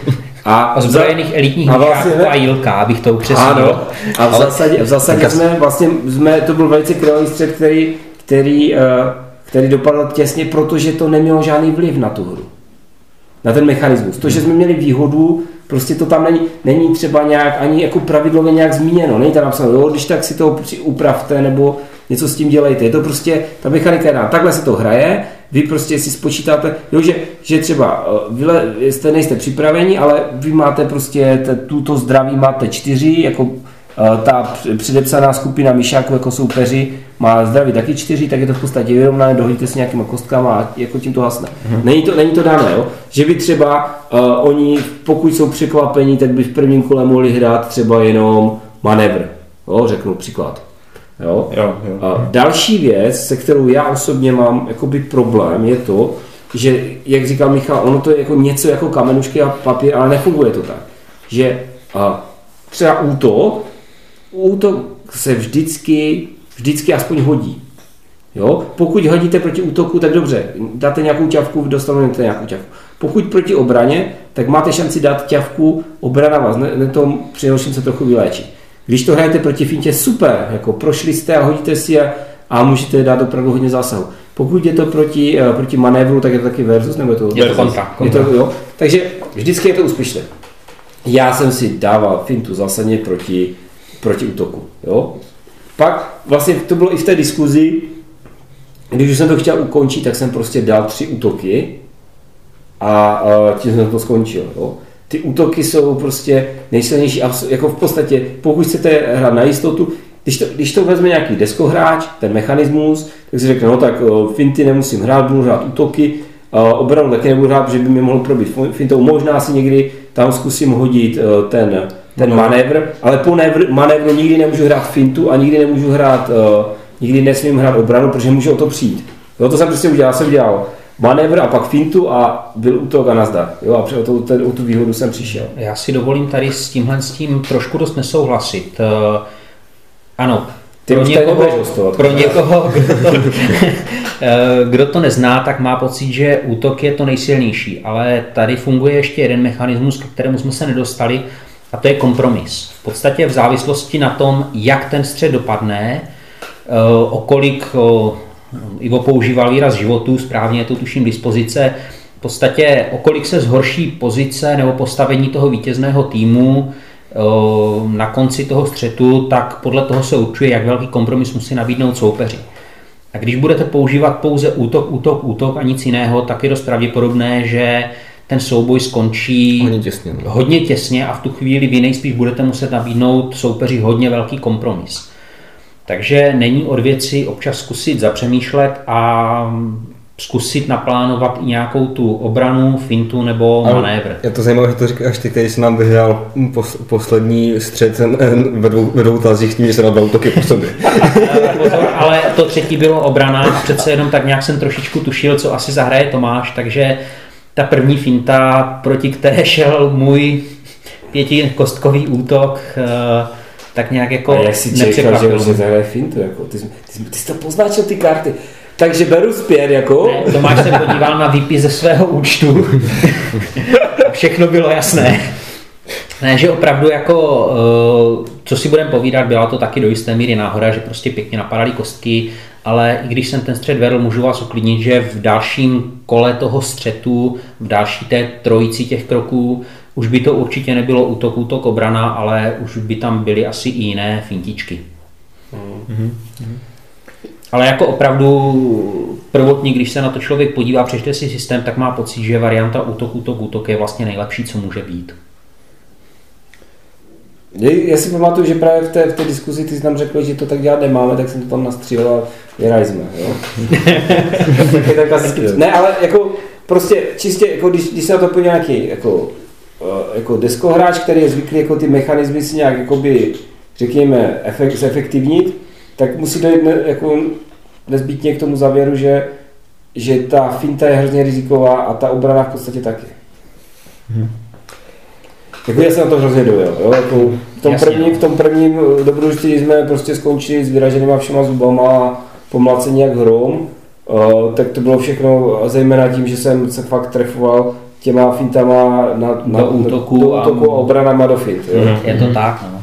A ozbrojených elitních myšáků vlastně, a Jilka, abych to upřesnil.
Ano, a v zásadě, v zásadě jsme vlastně, jsme, to byl velice krvavý střet, který, který, který dopadl těsně, protože to nemělo žádný vliv na tu hru. Na ten mechanismus. To, že jsme měli výhodu, prostě to tam není, není třeba nějak, ani jako pravidlově nějak zmíněno. Není tam napsáno, jo, když tak si to upravte, nebo něco s tím dělejte. Je to prostě, ta mechanika je dá. Takhle se to hraje, vy prostě si spočítáte, jo, že, že třeba vy jste, nejste připraveni, ale vy máte prostě tuto zdraví máte čtyři, jako ta předepsaná skupina myšáků jako soupeři má zdraví taky čtyři, tak je to v podstatě vyrovnané, dohodíte s nějakýma kostkama a jako tím to hasne. Hmm. Není to, není to dané, jo? Že by třeba uh, oni, pokud jsou překvapení, tak by v prvním kole mohli hrát třeba jenom manévr, jo? Řeknu příklad. Jo?
Jo, jo.
A další věc, se kterou já osobně mám jakoby problém, je to, že, jak říkal Michal, ono to je jako něco jako kamenušky a papír, ale nefunguje to tak. Že uh, třeba útok, útok se vždycky, vždycky aspoň hodí. Jo? Pokud hodíte proti útoku, tak dobře, dáte nějakou ťavku, dostanete nějakou ťavku. Pokud proti obraně, tak máte šanci dát ťavku, obrana vás ne, ne to přinejmenším se trochu vyléčí. Když to hrajete proti fintě, super, jako prošli jste a hodíte si a, a můžete dát opravdu hodně zásahu. Pokud je to proti, uh, proti manévru, tak je to taky versus, nebo je to,
je to kontra. kontra.
Je to, jo? Takže vždycky je to úspěšné. Já jsem si dával fintu zásadně proti proti útoku. Jo? Pak vlastně to bylo i v té diskuzi, když už jsem to chtěl ukončit, tak jsem prostě dal tři útoky a, a tím jsem to skončil. Jo? Ty útoky jsou prostě nejsilnější, jako v podstatě, pokud chcete hrát na jistotu, když to, když to vezme nějaký deskohráč, ten mechanismus, tak si řekne, no tak finty nemusím hrát, budu hrát útoky, obranu taky nebudu hrát, protože by mě mohl probít fintou, možná si někdy tam zkusím hodit ten ten manévr, ale po névr, manévru nikdy nemůžu hrát fintu a nikdy nemůžu hrát, uh, nikdy nesmím hrát obranu, protože můžu o to přijít. Jo, to jsem prostě udělal, jsem dělal manévr a pak fintu a byl útok a nazdar. Jo, a o, to, ten, o tu výhodu jsem přišel.
Já si dovolím tady s tímhle s tím trošku dost nesouhlasit. Uh, ano,
Ty
pro někoho,
hostovat,
pro někoho kdo, to, kdo to nezná, tak má pocit, že útok je to nejsilnější, ale tady funguje ještě jeden mechanismus, k kterému jsme se nedostali, a to je kompromis. V podstatě v závislosti na tom, jak ten střet dopadne, o kolik, Ivo používal výraz životů, správně je to tuším dispozice, v podstatě o kolik se zhorší pozice nebo postavení toho vítězného týmu na konci toho střetu, tak podle toho se určuje, jak velký kompromis musí nabídnout soupeři. A když budete používat pouze útok, útok, útok a nic jiného, tak je dost pravděpodobné, že ten souboj skončí
hodně těsně, no.
hodně těsně a v tu chvíli vy nejspíš budete muset nabídnout soupeři hodně velký kompromis. Takže není od věci občas zkusit zapřemýšlet a zkusit naplánovat i nějakou tu obranu, fintu nebo manévr.
Je to zajímavé, že to říkáš ty, který jsi nám vyhrál pos, poslední střet ve dvou, ve dvou tazích tím, že se nadal útoky po sobě.
Pozor, ale to třetí bylo obrana a přece jenom tak nějak jsem trošičku tušil, co asi zahraje Tomáš, takže ta první finta, proti které šel můj pětikostkový útok, tak nějak jako
nepřekvapil. A jak si čekal, že, že zahraje fintu? Jako, ty, ty, ty jsi to poznačil ty karty. Takže beru zpět, jako...
Ne, Tomáš se podíval na výpis ze svého účtu. Všechno bylo jasné. Ne, že opravdu jako, co si budeme povídat, byla to taky do jisté míry náhoda, že prostě pěkně napadaly kostky, ale i když jsem ten střet vedl, můžu vás uklidnit, že v dalším kole toho střetu, v další té trojici těch kroků, už by to určitě nebylo útok, útok, obrana, ale už by tam byly asi i jiné fintičky. Mm-hmm. Ale jako opravdu prvotně, když se na to člověk podívá, přečte si systém, tak má pocit, že varianta útok, útok, útok je vlastně nejlepší, co může být.
Já si pamatuju, že právě v té, v té diskuzi ty jsi nám řekl, že to tak dělat nemáme, tak jsem to tam nastřílel a vyhrali jsme. Ne, ale jako prostě čistě, jako když, když se na to podívá nějaký jako, jako deskohráč, který je zvyklý jako ty mechanismy si nějak jakoby, řekněme, efekt, zefektivnit, tak musí dojít ne, jako nezbytně k tomu závěru, že, že ta finta je hrozně riziková a ta obrana v podstatě taky. Hmm. Jako já jsem na to hrozně dojel, jo? Jako v, tom prvním, v tom prvním dobrodružství jsme prostě skončili s vyraženýma všema zubama a pomlacení jak hrom, uh, tak to bylo všechno zejména tím, že jsem se fakt trefoval těma fintama na, na,
do útoku,
do útoku a obranama do fint. Jo?
Mm. Je to tak, no.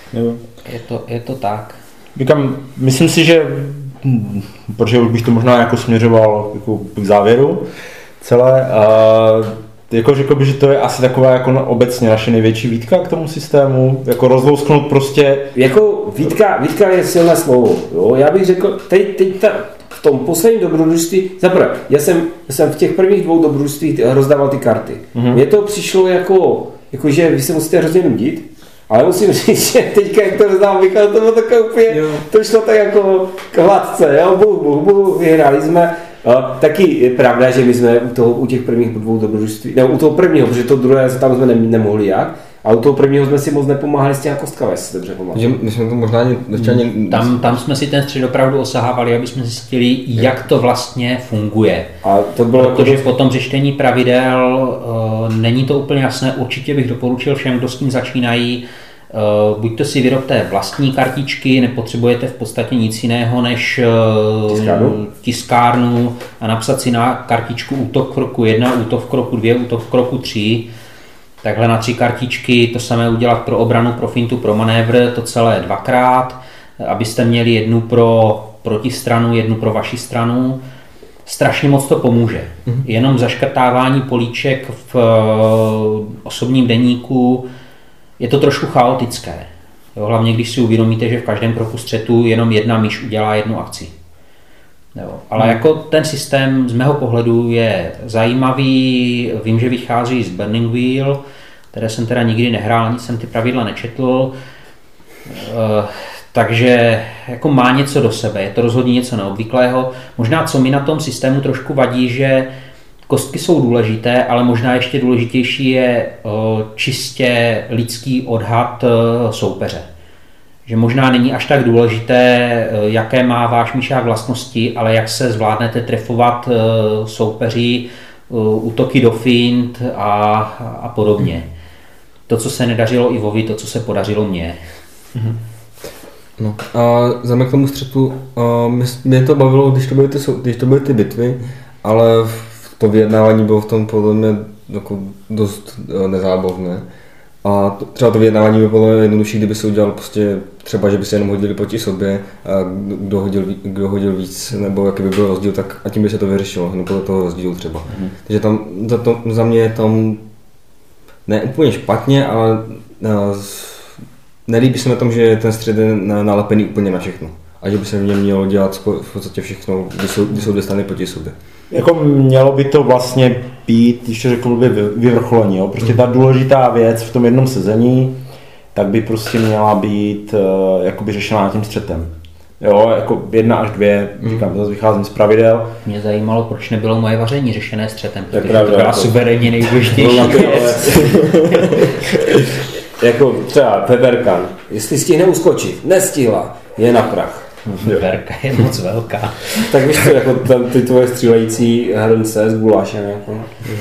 Je to, je to tak.
Říkám, myslím si, že, hm, protože už bych to možná jako směřoval jako k závěru celé, uh, jako řekl bych, že to je asi taková jako obecně naše největší výtka k tomu systému, jako rozlousknout prostě.
Jako výtka, výtka je silné slovo, jo? Já bych řekl, teď, teď ta, v tom posledním dobrodružství, zaprvé, já jsem, já jsem v těch prvních dvou dobrodružstvích rozdával ty karty. Mm-hmm. Mně to přišlo jako, jako, že vy se musíte hrozně nudit, ale musím říct, že teďka, jak to rozdával Michal, to bylo takové úplně, jo. To šlo tak jako k hladce, jo, buh, buh, buh, vyhráli jsme. A taky je pravda, že my jsme u, toho, u těch prvních dvou dobrodružství, ne, u toho prvního, protože to druhé tam jsme ne, nemohli jak, a u toho prvního jsme si moc nepomáhali s těma kostkami, jestli se dobře pamatuju.
My jsme to možná ani, ani...
Tam, tam jsme si ten střed opravdu osahávali, aby jsme zjistili, jak to vlastně funguje. A to bylo protože jako... po tom řešení pravidel uh, není to úplně jasné, určitě bych doporučil všem, kdo s tím začínají, Uh, buď to si vyrobte vlastní kartičky, nepotřebujete v podstatě nic jiného než uh, tiskárnu. tiskárnu a napsat si na kartičku útok v kroku jedna, útok v kroku dvě, útok v kroku tři. Takhle na tři kartičky, to samé udělat pro obranu, pro fintu, pro manévr, to celé dvakrát, abyste měli jednu pro protistranu, jednu pro vaši stranu. Strašně moc to pomůže. Mm-hmm. Jenom zaškrtávání políček v uh, osobním deníku je to trošku chaotické. Jo, hlavně když si uvědomíte, že v každém kroku střetu jenom jedna myš udělá jednu akci. Jo, ale hmm. jako ten systém z mého pohledu je zajímavý, vím, že vychází z Burning Wheel, které jsem teda nikdy nehrál, nic jsem ty pravidla nečetl, e, takže jako má něco do sebe, je to rozhodně něco neobvyklého. Možná co mi na tom systému trošku vadí, že kostky jsou důležité, ale možná ještě důležitější je čistě lidský odhad soupeře. Že možná není až tak důležité, jaké má váš myšák vlastnosti, ale jak se zvládnete trefovat soupeři, útoky do fint a, a podobně. To, co se nedařilo Ivovi, to, co se podařilo mně.
No a za mě k tomu střetu, mě to bavilo, když to byly ty, když to byly ty bitvy, ale to vyjednávání bylo v tom podle mě jako dost nezábavné. A to, třeba to vyjednávání by bylo jednodušší, kdyby se udělal prostě třeba, že by se jenom hodili proti sobě, a kdo hodil, kdo hodil víc, nebo jaký by byl rozdíl, tak a tím by se to vyřešilo, no podle toho rozdílu třeba. Mm. Takže tam za, to, za mě je tam ne úplně špatně, ale nelíbí se mi tom, že ten střed je nalepený úplně na všechno. A že by se v něm mělo dělat v podstatě všechno, když jsou, když jsou dvě strany proti sobě.
Jako mělo by to vlastně být, ještě řekl by vyvrcholení, jo? Prostě ta důležitá věc v tom jednom sezení, tak by prostě měla být uh, jakoby řešená tím střetem. Jo, jako jedna až dvě, mm. říkám, zase vycházím z pravidel.
Mě zajímalo, proč nebylo moje vaření řešené střetem, protože
pravda,
to byla jako suverénně nejdůležitější věc.
Jako třeba Peperkan, jestli stihne uskočit, nestihla, je na prach.
Verka je moc velká.
Tak víš co, jako tam ty tvoje střílející hrnce s gulášem. Jako.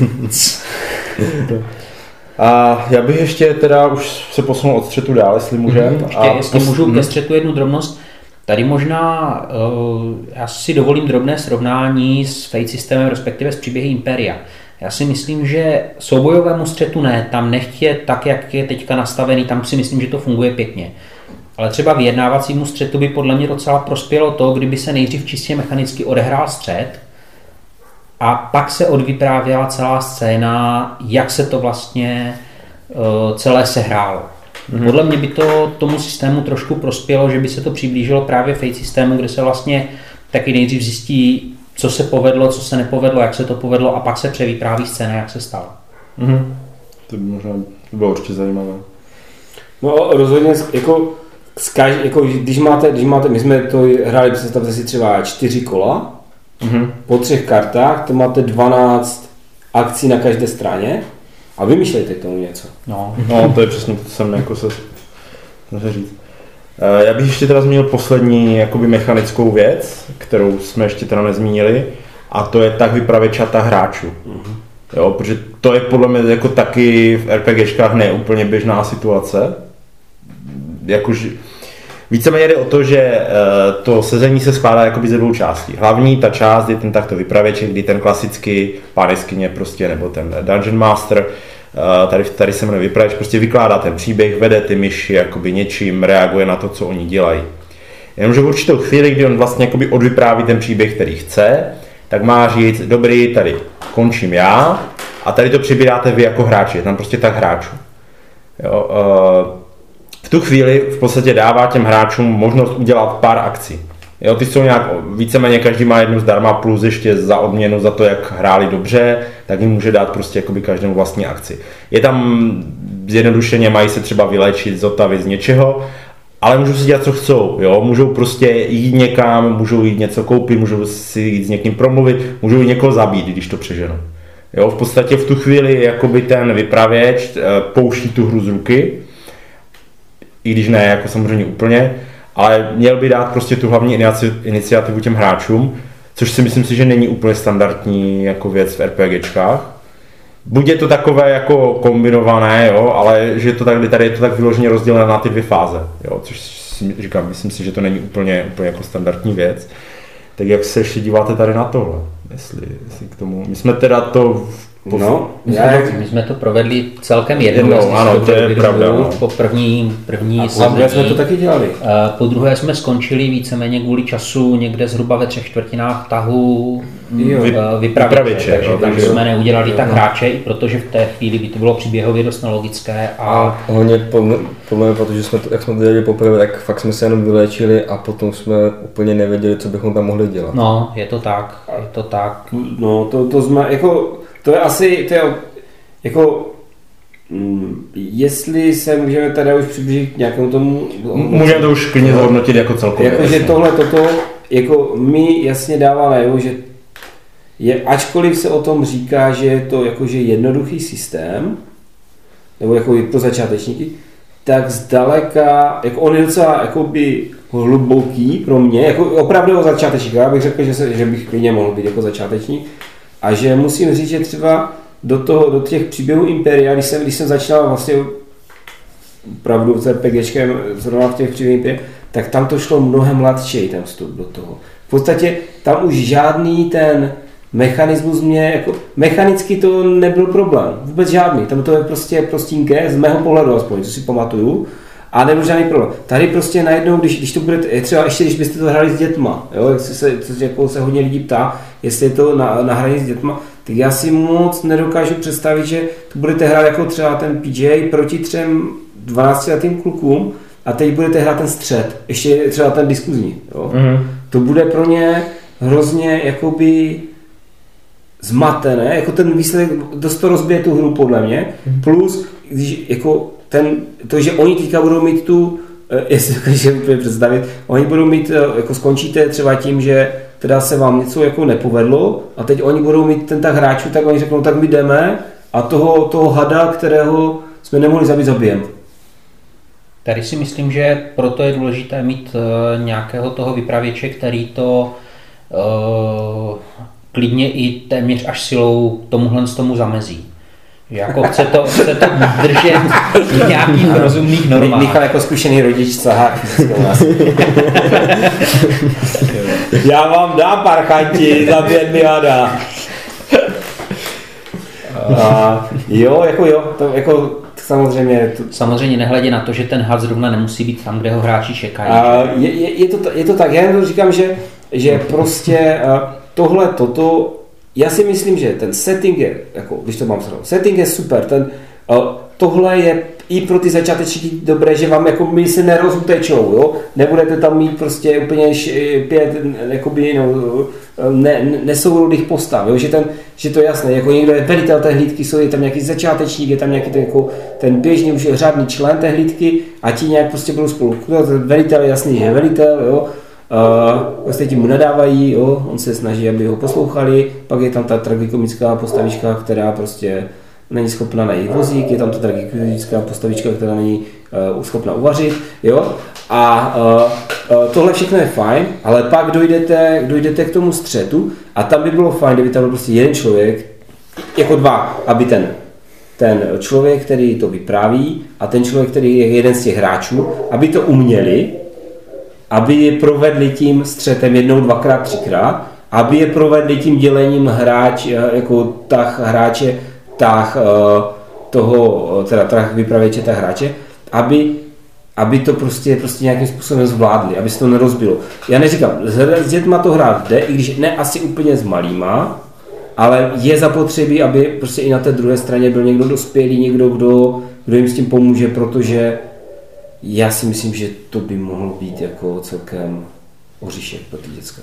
A já bych ještě teda už se posunul od střetu dál, jestli můžeme.
Mm, ještě, jestli posl- můžu ke střetu jednu drobnost. Tady možná uh, já si dovolím drobné srovnání s Fate systémem, respektive s příběhy Imperia. Já si myslím, že soubojovému střetu ne, tam nechtě tak, jak je teďka nastavený, tam si myslím, že to funguje pěkně. Ale třeba vyjednávacímu střetu by podle mě docela prospělo to, kdyby se nejdřív čistě mechanicky odehrál střet a pak se odvyprávěla celá scéna, jak se to vlastně uh, celé sehrálo. Mm-hmm. Podle mě by to tomu systému trošku prospělo, že by se to přiblížilo právě Fate systému, kde se vlastně taky nejdřív zjistí, co se povedlo, co se nepovedlo, jak se to povedlo a pak se převypráví scéna, jak se stalo.
Mm-hmm. To by možná bylo určitě zajímavé.
No rozhodně, jako, zkaž, jako když, máte, když máte, my jsme to hráli, představte si třeba čtyři kola, mm-hmm. po třech kartách, to máte dvanáct akcí na každé straně a vymýšlejte k tomu něco.
No, no to je přesně to, co jsem jako se může říct. Já bych ještě teda zmínil poslední jakoby mechanickou věc, kterou jsme ještě teda nezmínili, a to je tak vypravit čata hráčů. Mm-hmm. Jo, protože to je podle mě jako taky v RPGčkách ne úplně běžná situace. Jakož víceméně jde o to, že to sezení se skládá jakoby ze dvou částí. Hlavní ta část je ten takto vypravěček, kdy ten klasický pán jeskyně prostě, nebo ten Dungeon Master, tady, tady se jmenuje vypravěč, prostě vykládá ten příběh, vede ty myši jakoby něčím, reaguje na to, co oni dělají. Jenomže v určitou chvíli, kdy on vlastně jakoby odvypráví ten příběh, který chce, tak má říct, dobrý, tady končím já a tady to přibíráte vy jako hráči, je tam prostě tak hráčů. Jo, v tu chvíli v podstatě dává těm hráčům možnost udělat pár akcí. Jo, ty jsou nějak, víceméně každý má jednu zdarma plus ještě za odměnu za to, jak hráli dobře, tak jim může dát prostě jakoby každému vlastní akci. Je tam zjednodušeně, mají se třeba vylečit, zotavit z něčeho, ale můžou si dělat, co chcou. Jo? Můžou prostě jít někam, můžou jít něco koupit, můžou si jít s někým promluvit, můžou jít někoho zabít, když to přeženou. Jo? V podstatě v tu chvíli jakoby ten vypravěč pouští tu hru z ruky, i když ne, jako samozřejmě úplně, ale měl by dát prostě tu hlavní iniciativu těm hráčům, což si myslím si, že není úplně standardní jako věc v RPGčkách. Buď je to takové jako kombinované, jo, ale že to tak, tady je to tak vyloženě rozdělené na ty dvě fáze, jo, což si říkám, myslím si, že to není úplně, úplně jako standardní věc. Tak jak se ještě díváte tady na tohle? Jestli, jestli k tomu, my jsme teda to
Po, no, my, jsme to, my jsme to provedli celkem jednou,
jednou ano, to je pravda. No.
Po první, první
a sezení. Jsme to taky dělali.
Po druhé jsme skončili víceméně kvůli času někde zhruba ve třech čtvrtinách tahu vypravěče, takže jo, tam takže jsme neudělali jo, tak hráče, i protože v té chvíli by to bylo příběhově dost nelogické. A,
a hlavně podle mě, protože jsme to, jak jsme to dělali poprvé, tak fakt jsme se jenom vyléčili a potom jsme úplně nevěděli, co bychom tam mohli dělat.
No, je to tak, je to tak.
No, to, to jsme jako... To je asi, to je jako, mm, jestli se můžeme tady už přiblížit k nějakému tomu...
Můžeme to už klidně zhodnotit jako celkově.
Jakože tohle, toto, jako mi jasně dává najevo, že je, ačkoliv se o tom říká, že je to jakože jednoduchý systém, nebo jako pro začátečníky, tak zdaleka, jako on je docela jakoby hluboký pro mě, jako opravdu začátečník, já bych řekl, že, se, že bych klidně mohl být jako začátečník. A že musím říct, že třeba do, toho, do těch příběhů Imperia, když jsem, když jsem začal vlastně opravdu s RPGčkem zrovna v těch příběhů Imperia, tak tam to šlo mnohem hladčej, ten vstup do toho. V podstatě tam už žádný ten mechanismus mě, jako mechanicky to nebyl problém, vůbec žádný, tam to je prostě prostínké, z mého pohledu aspoň, co si pamatuju, a nebyl žádný problém. Tady prostě najednou, když, když to bude, třeba ještě když byste to hráli s dětma, jo, jak se, což jako se hodně lidí ptá, jestli je to na, na hraní s dětma, tak já si moc nedokážu představit, že to budete hrát jako třeba ten P J proti třem dvanáctiletým klukům a teď budete hrát ten střed, ještě třeba ten diskuzní, jo. Mm-hmm. To bude pro ně hrozně jakoby zmatené, jako ten výsledek dost to rozbije tu hru podle mě, mm-hmm. Plus, když jako ten, to, že oni teďka budou mít tu, jestli si představit, oni budou mít, jako skončíte třeba tím, že teda se vám něco jako nepovedlo a teď oni budou mít ten tak hráčů, tak oni řeknou, tak my jdeme a toho, toho hada, kterého jsme nemohli zabít, zabijem.
Tady si myslím, že proto je důležité mít uh, nějakého toho vypravěče, který to uh, klidně i téměř až silou tomuhle z tomu zamezí. Jako chce to, chce to držet v nějakých rozumných normách.
Michal jako zkušený rodič sahá. Já vám dám parchanti za pět miliarda. A jo, jako jo, to jako samozřejmě. To...
Samozřejmě nehledě na to, že ten had zrovna nemusí být tam, kde ho hráči čekají.
A je, je, je, to, je to tak, já jen to říkám, že, že prostě tohle, toto, já si myslím, že ten setting je, jako, když to mám shrnout, setting je super, ten, tohle je i pro ty začátečníky dobré, že vám jako my se nerozutečou, jo? Nebudete tam mít prostě úplně pět jakoby, no, ne, nesourodých postav, jo? Že, ten, že to je jasné, jako někdo je velitel té hlídky, jsou je tam nějaký začátečník, je tam nějaký ten, jako, ten běžný už řádný člen té hlídky a ti nějak prostě budou spolu. Ten velitel je jasný, že je velitel, jo? Uh, vlastně ti mu nadávají, jo? On se snaží, aby ho poslouchali, pak je tam ta tragikomická postavička, která prostě není schopna najít vozík, je tam ta tragická postavička, která není uh, schopna uvařit, jo? A uh, uh, tohle všechno je fajn, ale pak dojdete, dojdete k tomu střetu a tam by bylo fajn, kdyby tam byl prostě jeden člověk, jako dva, aby ten, ten člověk, který to vypráví a ten člověk, který je jeden z těch hráčů, aby to uměli, aby je provedli tím střetem jednou, dvakrát, třikrát, aby je provedli tím dělením hráč, jako tah hráče, tah toho, teda tah vypravěče, tah hráče, aby, aby to prostě, prostě nějakým způsobem zvládli, aby se to nerozbilo. Já neříkám, s dětma to hrát jde, i když ne asi úplně s malýma, ale je zapotřebí, aby prostě i na té druhé straně byl někdo dospělý, někdo, kdo, kdo jim s tím pomůže, protože já si myslím, že to by mohlo být jako celkem oříšek pro ty děcka.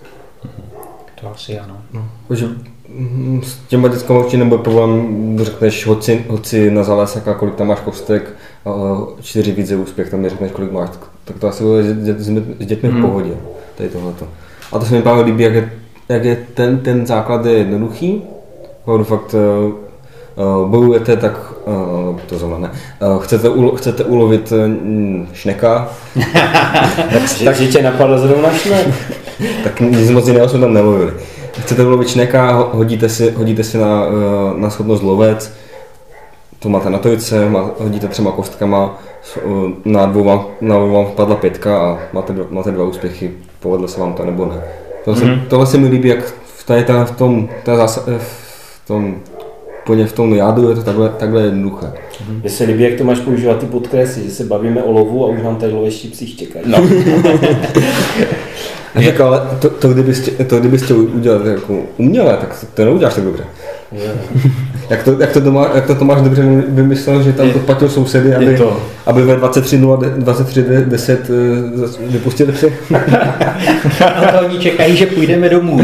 To asi ano.
No, že s těma dětskama určitě nebude problém, řekneš hoci, hoci na zálesáka, kolik tam máš kostek, čtyři více úspěch, tam neřekneš, kolik máš, tak to asi bude s dětmi v pohodě, tady tohleto. A to se mi právě líbí, jak je, jak je ten, ten základ je jednoduchý, fakt Uh, bojujete, tak uh, to zrovna ne. Uh, chcete, ulo, chcete ulovit uh, šneka,
tak, tak že tě napadlo zrovna šnek.
Tak nic moc jiného jsme tam nelovili. Chcete ulovit šneka, hodíte si, hodíte si na, uh, na schopnost lovec, to máte na trojce, má, hodíte třema kostkama, uh, na dvou vám, na dvou vám vpadla pětka a máte, máte dva úspěchy, povedlo se vám to nebo ne. Tohle, mm-hmm. tohle se mi líbí, jak v, tady, v tom, zásad, v tom úplně v tom jádru je to takhle, takhle jednoduché.
Mně se líbí, jak to máš používat ty podkresy, že se bavíme o lovu a už nám tady loveští psi čekají. No.
Tak, ale to, to, kdybyste, to kdybyste udělali jako uměle, tak to neuděláš tak dobře. jak, to, jak, to doma, jak to Tomáš dobře vymyslel, že tam podplatil sousedy, aby, aby ve dvacet tři deset vypustili psy.
A to oni čekají, že půjdeme domů.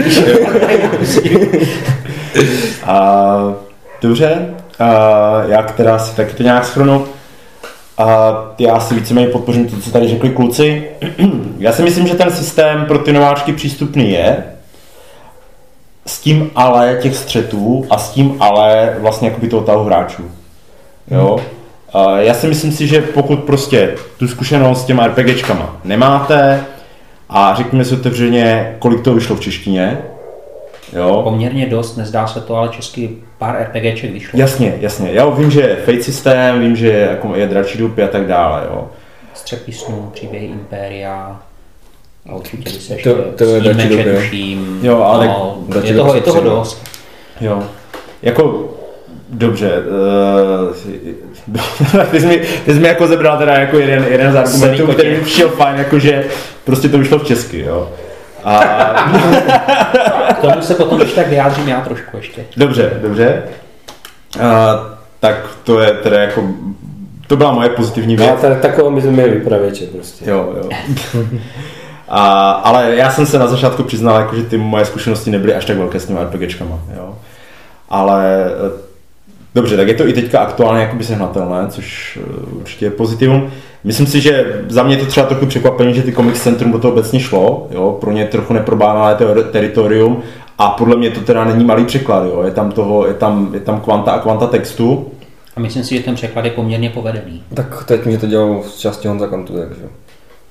A dobře, a já která si taky to nějak shrnu. A já si víceméně podpořím to, co tady řekli kluci. Já si myslím, že ten systém pro ty nováčky přístupný je, s tím ale těch střetů a s tím ale vlastně jakoby toho tahu hráčů. Jo? A já si myslím si, že pokud prostě tu zkušenost s těma RPGčkama nemáte a řekněme si otevřeně, kolik to vyšlo v češtině, jo?
Poměrně dost, nezdá se to, ale česky pár RPGček vyšlo.
Jasně, jasně. Já vím, že je Fate systém, vím, že je, jako je Dračí dup a tak dále, jo.
Střepy snů, příběhy Impéria a určitě by se
ještě
snímeče tuším.
Jo, ale
no, je toho, je toho dost.
Jo. Jako, dobře, uh, ty, jsi mi, ty jsi mi jako zebral teda jako jeden, jeden z argumentů, který mi přišel fajn, jakože prostě to vyšlo v česky, jo. A...
K tomu se potom ještě tak vyjádřím já trošku ještě.
Dobře, dobře. A, tak to je teda jako, to byla moje pozitivní věc.
No, takovou my jsme měli vypravěče prostě.
Jo, jo. A, ale já jsem se na začátku přiznal, jako, že ty moje zkušenosti nebyly až tak velké s těmi RPGčkama, jo. Ale dobře, tak je to i teďka aktuálně jakoby sehnatelné, což určitě je pozitivum. Myslím si, že za mě je to třeba trochu překvapení, že ty Comics Centrum do toho obecně šlo, jo, pro ně trochu neprobádané teritorium a podle mě to teda není malý překlad, jo, je tam toho, je tam, je tam kvanta a kvanta textu.
A myslím si, že ten překlad je poměrně povedený.
Tak teď mě to dělal z části Honza Kantu, takže.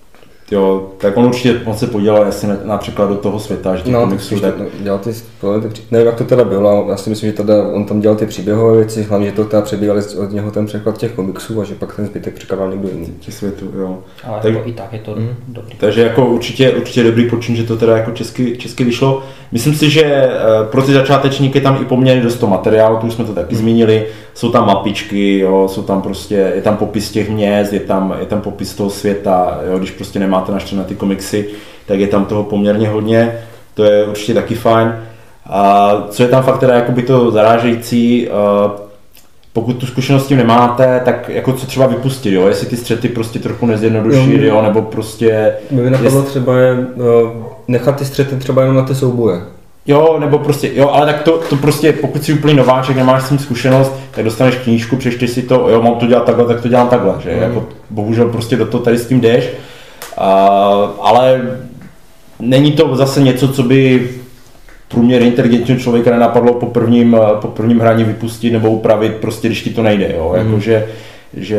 Jo, tak on určitě on se podílel asi například do toho světa, že těch
no,
komiksů, tak...
dělal ty, nevím jak to teda bylo, já si myslím, že teda on tam dělal ty příběhové věci, hlavně, že to teda přebírali od něho ten překlad těch komiksů a že pak ten zbytek překládal někdo jiný.
Těch světů, jo.
Ale
tak,
jako i tak je to mm. dobrý.
Takže jako určitě, určitě dobrý počin, že to teda jako česky, česky vyšlo. Myslím si, že pro ty začátečníky tam i poměrně dost toho materiálu, tu už jsme to taky mm. zmínili, jsou tam mapičky, jo, jsou tam prostě, je tam popis těch měst, je tam, je tam popis toho světa, jo, když prostě nemáte naštěné ty komiksy, tak je tam toho poměrně hodně, to je určitě taky fajn. A co je tam fakt teda jakoby to zarážející, pokud tu zkušenost s tím nemáte, tak jako co třeba vypustit, jo, jestli ty střety prostě trochu nezjednodušit, jo, nebo prostě...
Mě napadlo jest... třeba je, nechat ty střety třeba jenom na ty souboje.
Jo, nebo prostě, jo, ale tak to, to prostě, pokud jsi úplný nováček, nemáš s tím zkušenost, tak dostaneš knížku, přečteš si to, jo, mám to dělat takhle, tak to dělám takhle, že, mm. jako bohužel prostě do toho tady s tím jdeš, uh, ale není to zase něco, co by průměr inteligentního člověka nenapadlo po prvním, po prvním hraní vypustit nebo upravit, prostě když ti to nejde, jo, mm. jako že, že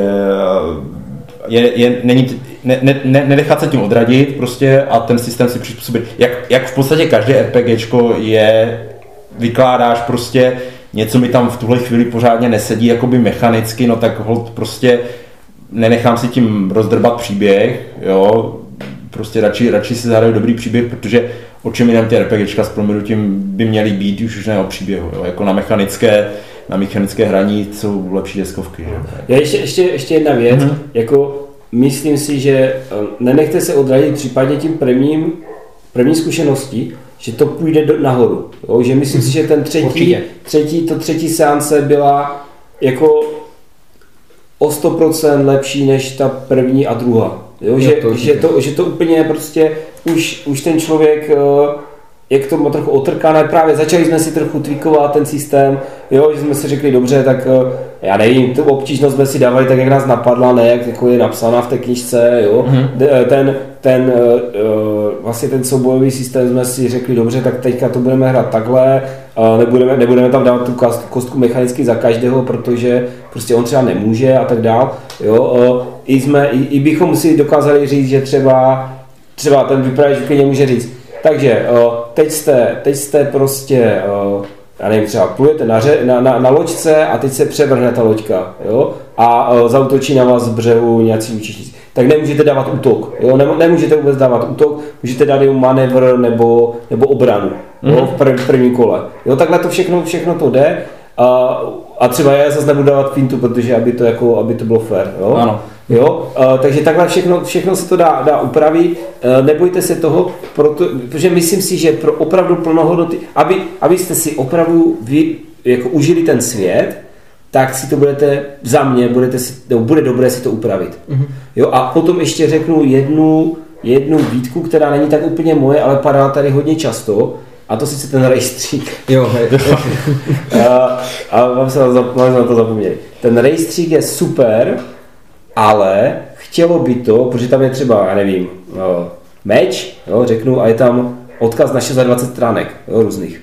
je, je, není, ne, ne, ne, nenechat se tím odradit prostě a ten systém si přizpůsobit. Jak, jak v podstatě každé RPGčko je, vykládáš prostě, něco mi tam v tuhle chvíli pořádně nesedí jakoby mechanicky, no tak hold prostě nenechám si tím rozdrbat příběh, jo, prostě radši, radši si zahraju dobrý příběh, protože o čem jiném ty RPGčka s prominutím by měly být, už už ne o příběhu, jo, jako na mechanické na mechanické hraní jsou lepší deskovky. Že?
Já ještě, ještě, ještě jedna věc, mm-hmm. jako myslím si, že nenechte se odradit případně tím prvním, první zkušeností, že to půjde do, nahoru. Jo? Že myslím si, že ten třetí, třetí, to třetí seance byla jako o sto procent lepší než ta první a druhá. Jo? Že, to, že, to, že to úplně prostě už, už ten člověk jak to trochu otrkané, právě začali jsme si trochu tweakovat ten systém, jo, že jsme si řekli dobře, tak já nevím, tu obtížnost jsme si dávali tak, jak nás napadla, ne jak jako je napsána v té knížce, jo, mm-hmm. ten, ten vlastně ten soubojový systém jsme si řekli dobře, tak teďka to budeme hrát takhle, nebudeme, nebudeme tam dávat tu kostku mechanicky za každého, protože prostě on třeba nemůže a tak dál, jo, i, jsme, i, i bychom si dokázali říct, že třeba, třeba ten vypravěč klidně může říct, takže teď jste, teď jste prostě, já nevím, třeba plujete na, ře, na, na, na loďce a teď se převrhne ta loďka, jo, a zautočí na vás z břehu nějací účišníci. Tak nemůžete dávat útok, jo, nemůžete vůbec dávat útok, můžete dát jenom manévr nebo, nebo obranu, mm. jo, v, prv, v prvním kole. Jo, takhle to všechno, všechno to jde a, a třeba já zase nebudu dávat fintu, protože aby to, jako, aby to bylo fair, jo.
Ano.
Jo, uh, takže takhle všechno, všechno se to dá, dá upravit, uh, nebojte se toho, proto, protože myslím si, že pro opravdu plnohodnoty, aby, abyste si opravdu vy, jako užili ten svět, tak si to budete, za mě, budete si, no, bude dobré si to upravit. Mm-hmm. Jo, a potom ještě řeknu jednu, jednu výtku, která není tak úplně moje, ale padá tady hodně často, a to sice ten rejstřík.
Jo, hej.
a, a mám se na, mám se na to zapomněli. Ten rejstřík je super, ale chtělo by to, protože tam je třeba, já nevím, meč, jo, řeknu, a je tam odkaz na dvacet šest stránek, jo, různých.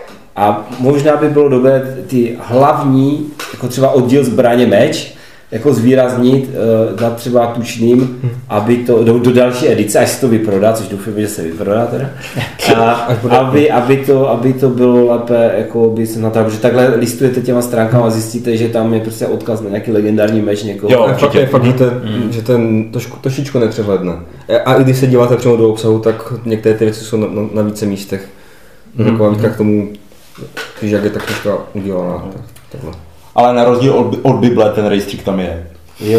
A možná by bylo dobré ty hlavní, jako třeba oddíl zbraně meč, jako zvýraznit, dát třeba tučným, aby to, do, do další edice, až se to vyprodá, což doufám, že se vyprodá teda, a, aby, aby, to, aby to bylo lépe, jako by se na to, protože takhle listujete těma stránkama a zjistíte, že tam je prostě odkaz na nějaký legendární meč někoho.
Jo, fakt je fakt, že ten, mm. že ten trošku, trošičku nepřehledne. A i když se díváte přímo do obsahu, tak některé ty věci jsou na, na, na více místech. Mm. Taková výtka k tomu, že jak je tak troška udělaná. Mm. Takhle.
Ale na rozdíl od, od Bible ten rejstřík tam je.
Jo.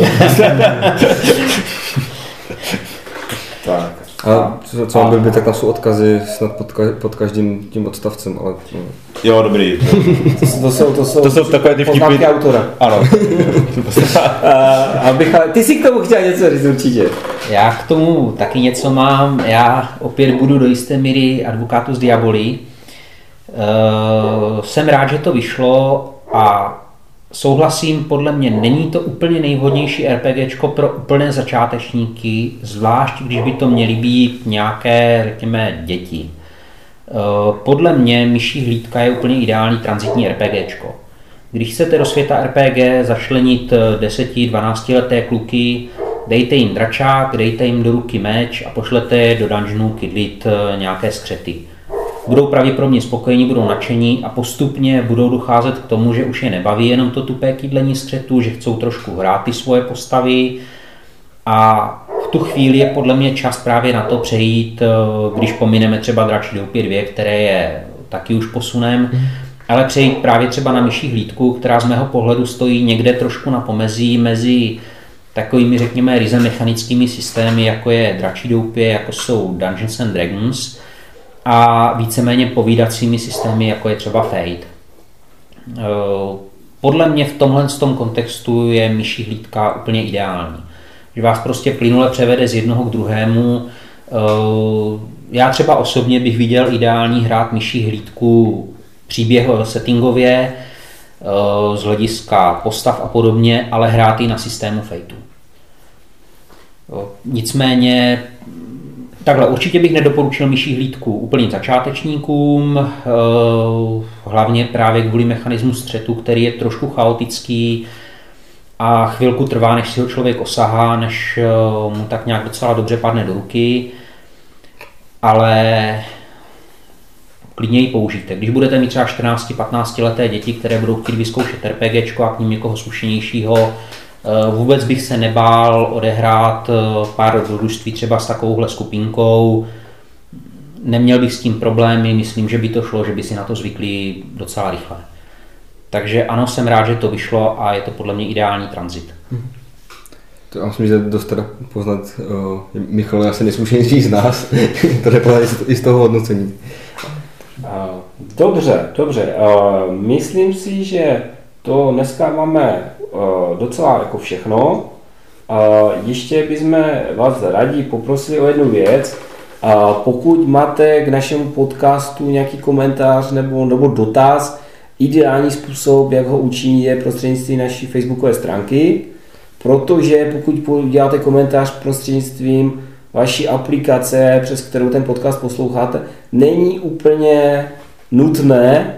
Tak. A co, co mám Bible, tak tam jsou odkazy snad pod, ka, pod každým tím odstavcem, ale... No.
Jo, dobrý.
To, to, jsou, to, jsou,
to jsou takové ty vtipy.
Autora.
Ano.
A Michal, ty si k tomu chtěl něco říct určitě.
Já k tomu taky něco mám. Já opět budu do jisté míry advocatus diaboli. Uh, jsem rád, že to vyšlo a souhlasím, podle mě není to úplně nejvhodnější RPGčko pro úplné začátečníky, zvlášť když by to měly být nějaké, řekněme, děti. Podle mě Myší hlídka je úplně ideální tranzitní RPGčko. Když chcete do světa R P G začlenit deset až dvanáct leté kluky, Dejte jim dračák, dejte jim do ruky meč a pošlete je do dungeonu kydlit nějaké skřety. Budou pravděpodobně spokojení, budou nadšení a postupně budou docházet k tomu, že už je nebaví jenom to tupé kydlení skřetů, že chcou trošku hrát ty svoje postavy a v tu chvíli je podle mě čas právě na to přejít, když pomineme třeba Dračí doupě dvě, které je taky už posunem, ale přejít právě třeba na myší hlídku, která z mého pohledu stojí někde trošku na pomezí mezi takovými, řekněme, ryze mechanickými systémy, jako je Dračí doupě, jako jsou Dungeons and Dragons, a víceméně povídacími systémy, jako je třeba Fate. Podle mě v tomhle tom kontextu je myší hlídka úplně ideální. Že vás prostě plynule převede z jednoho k druhému. Já třeba osobně bych viděl ideální hrát myší hlídku příběh settingově, z hlediska postav a podobně, ale hrát i na systému Fateu. Nicméně takhle, určitě bych nedoporučil myší hlídku úplným začátečníkům, hlavně právě kvůli mechanismu střetu, který je trošku chaotický a chvilku trvá, než si ho člověk osahá, než mu tak nějak docela dobře padne do ruky, ale klidně ji použijte. Když budete mít třeba čtrnáct patnáct leté děti, které budou chtít vyzkoušet RPGčko a k ním někoho zkušenějšího, vůbec bych se nebál odehrát pár dobrodružství třeba s takovouhle skupinkou. Neměl bych s tím problémy, myslím, že by to šlo, že by si na to zvykli docela rychle. Takže ano, jsem rád, že to vyšlo a je to podle mě ideální tranzit.
To já myslím, že dost teda poznat, uh, Michal je asi nejzkušenější z nás, to jde poznat i z toho hodnocení.
Dobře, dobře. Uh, myslím si, že to dneska máme uh, docela jako všechno. Uh, ještě bychom vás rádi poprosili o jednu věc. Uh, pokud máte k našemu podcastu nějaký komentář nebo, nebo dotaz, ideální způsob, jak ho učinit, je prostřednictvím naší facebookové stránky, protože pokud děláte komentář prostřednictvím vaší aplikace, přes kterou ten podcast posloucháte, není úplně nutné,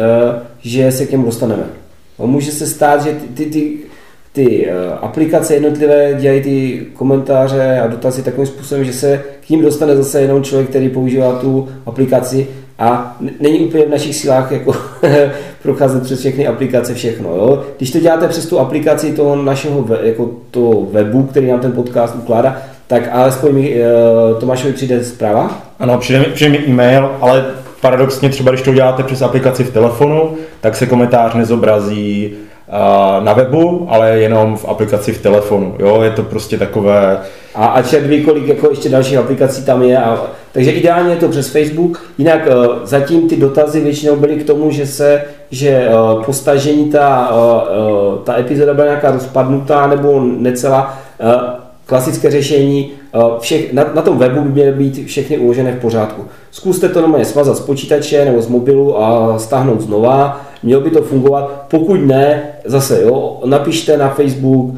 že se k němu dostaneme. Může se stát, že ty, ty, ty, ty aplikace jednotlivé dělají ty komentáře a dotazy takovým způsobem, že se k ním dostane zase jenom člověk, který používá tu aplikaci a není úplně v našich silách jako procházet přes všechny aplikace všechno. Jo? Když to děláte přes tu aplikaci toho našeho jako to webu, který nám ten podcast ukládá, tak alespoň mi uh, Tomášovi přijde zpráva?
Ano, přijde mi, přijde mi e-mail, ale paradoxně třeba, když to děláte přes aplikaci v telefonu, tak se komentář nezobrazí uh, na webu, ale jenom v aplikaci v telefonu. Jo, je to prostě takové...
A, a čet ví, kolik jako ještě dalších aplikací tam je. A, takže ideálně je to přes Facebook. Jinak uh, zatím ty dotazy většinou byly k tomu, že se, že uh, po stažení ta, uh, uh, ta epizoda byla nějaká rozpadnutá nebo necelá. Uh, klasické řešení, všech, na, na tom webu by měly být všechny uložené v pořádku. Zkuste to normálně smazat z počítače nebo z mobilu a stáhnout znova. Mělo by to fungovat. Pokud ne, zase jo, napište na Facebook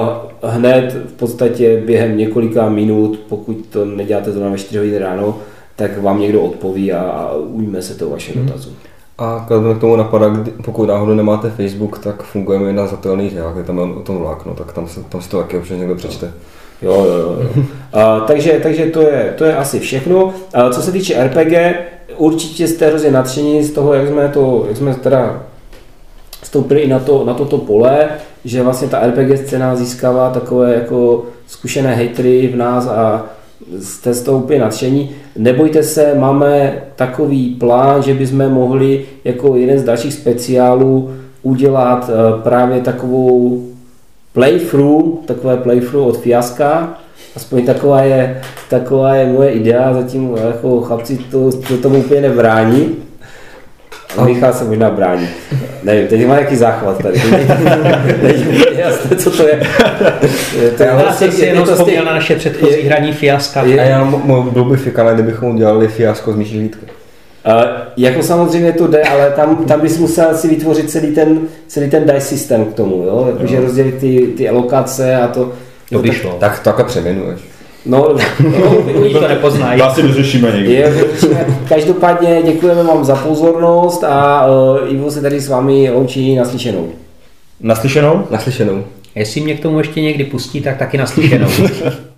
hned v podstatě během několika minut, pokud to neděláte zrovna ve čtyři hodiny ráno, tak vám někdo odpoví a, a ujme se to vaše hmm. dotazu.
A k tomu napadá, pokud náhodou nemáte Facebook, tak fungujeme i na zatelných hrách, je tam o tom vlákno, tak tam se, tam se to taky občas někdo přečte.
Jo, jo, jo. A, takže takže to, je, to je asi všechno. A co se týče R P G, určitě jste hrozně nadšení z toho, jak jsme, to, jak jsme teda vstoupili i na, to, na toto pole, že vlastně ta R P G scéna získává takové jako zkušené hejtry v nás a jste z toho úplně nadšení. Nebojte se, máme takový plán, že bychom mohli jako jeden z dalších speciálů udělat právě takovou playthrough, takové playthrough od Fiaska. Aspoň taková je, taková je moje idea, zatím jako chlapci to, to tomu úplně nebrání. A Michal se možná brání. Nevím, teď má nějaký záchvat tady. Není úplně jasné, co to je.
To je já jsem si jenom vzpomněl na naše předchozí hraní Fiaska.
A já můj byl by fikale, kdybychom udělali Fiasko z myší hlídky.
Uh, jako samozřejmě to jde, ale tam, tam bys musel si vytvořit celý ten, celý ten dice systém k tomu, jo? Jakože rozdělit ty, ty alokace a to.
To by šlo.
Tak to takhle přeměnuješ.
No, no
oni to nepoznají.
To asi vyřešíme někdy.
Je, každopádně děkujeme vám za pozornost a uh, Ivo se tady s vámi loučí naslyšenou.
Naslyšenou?
Naslyšenou.
Jestli mě k tomu ještě někdy pustí, tak taky naslyšenou.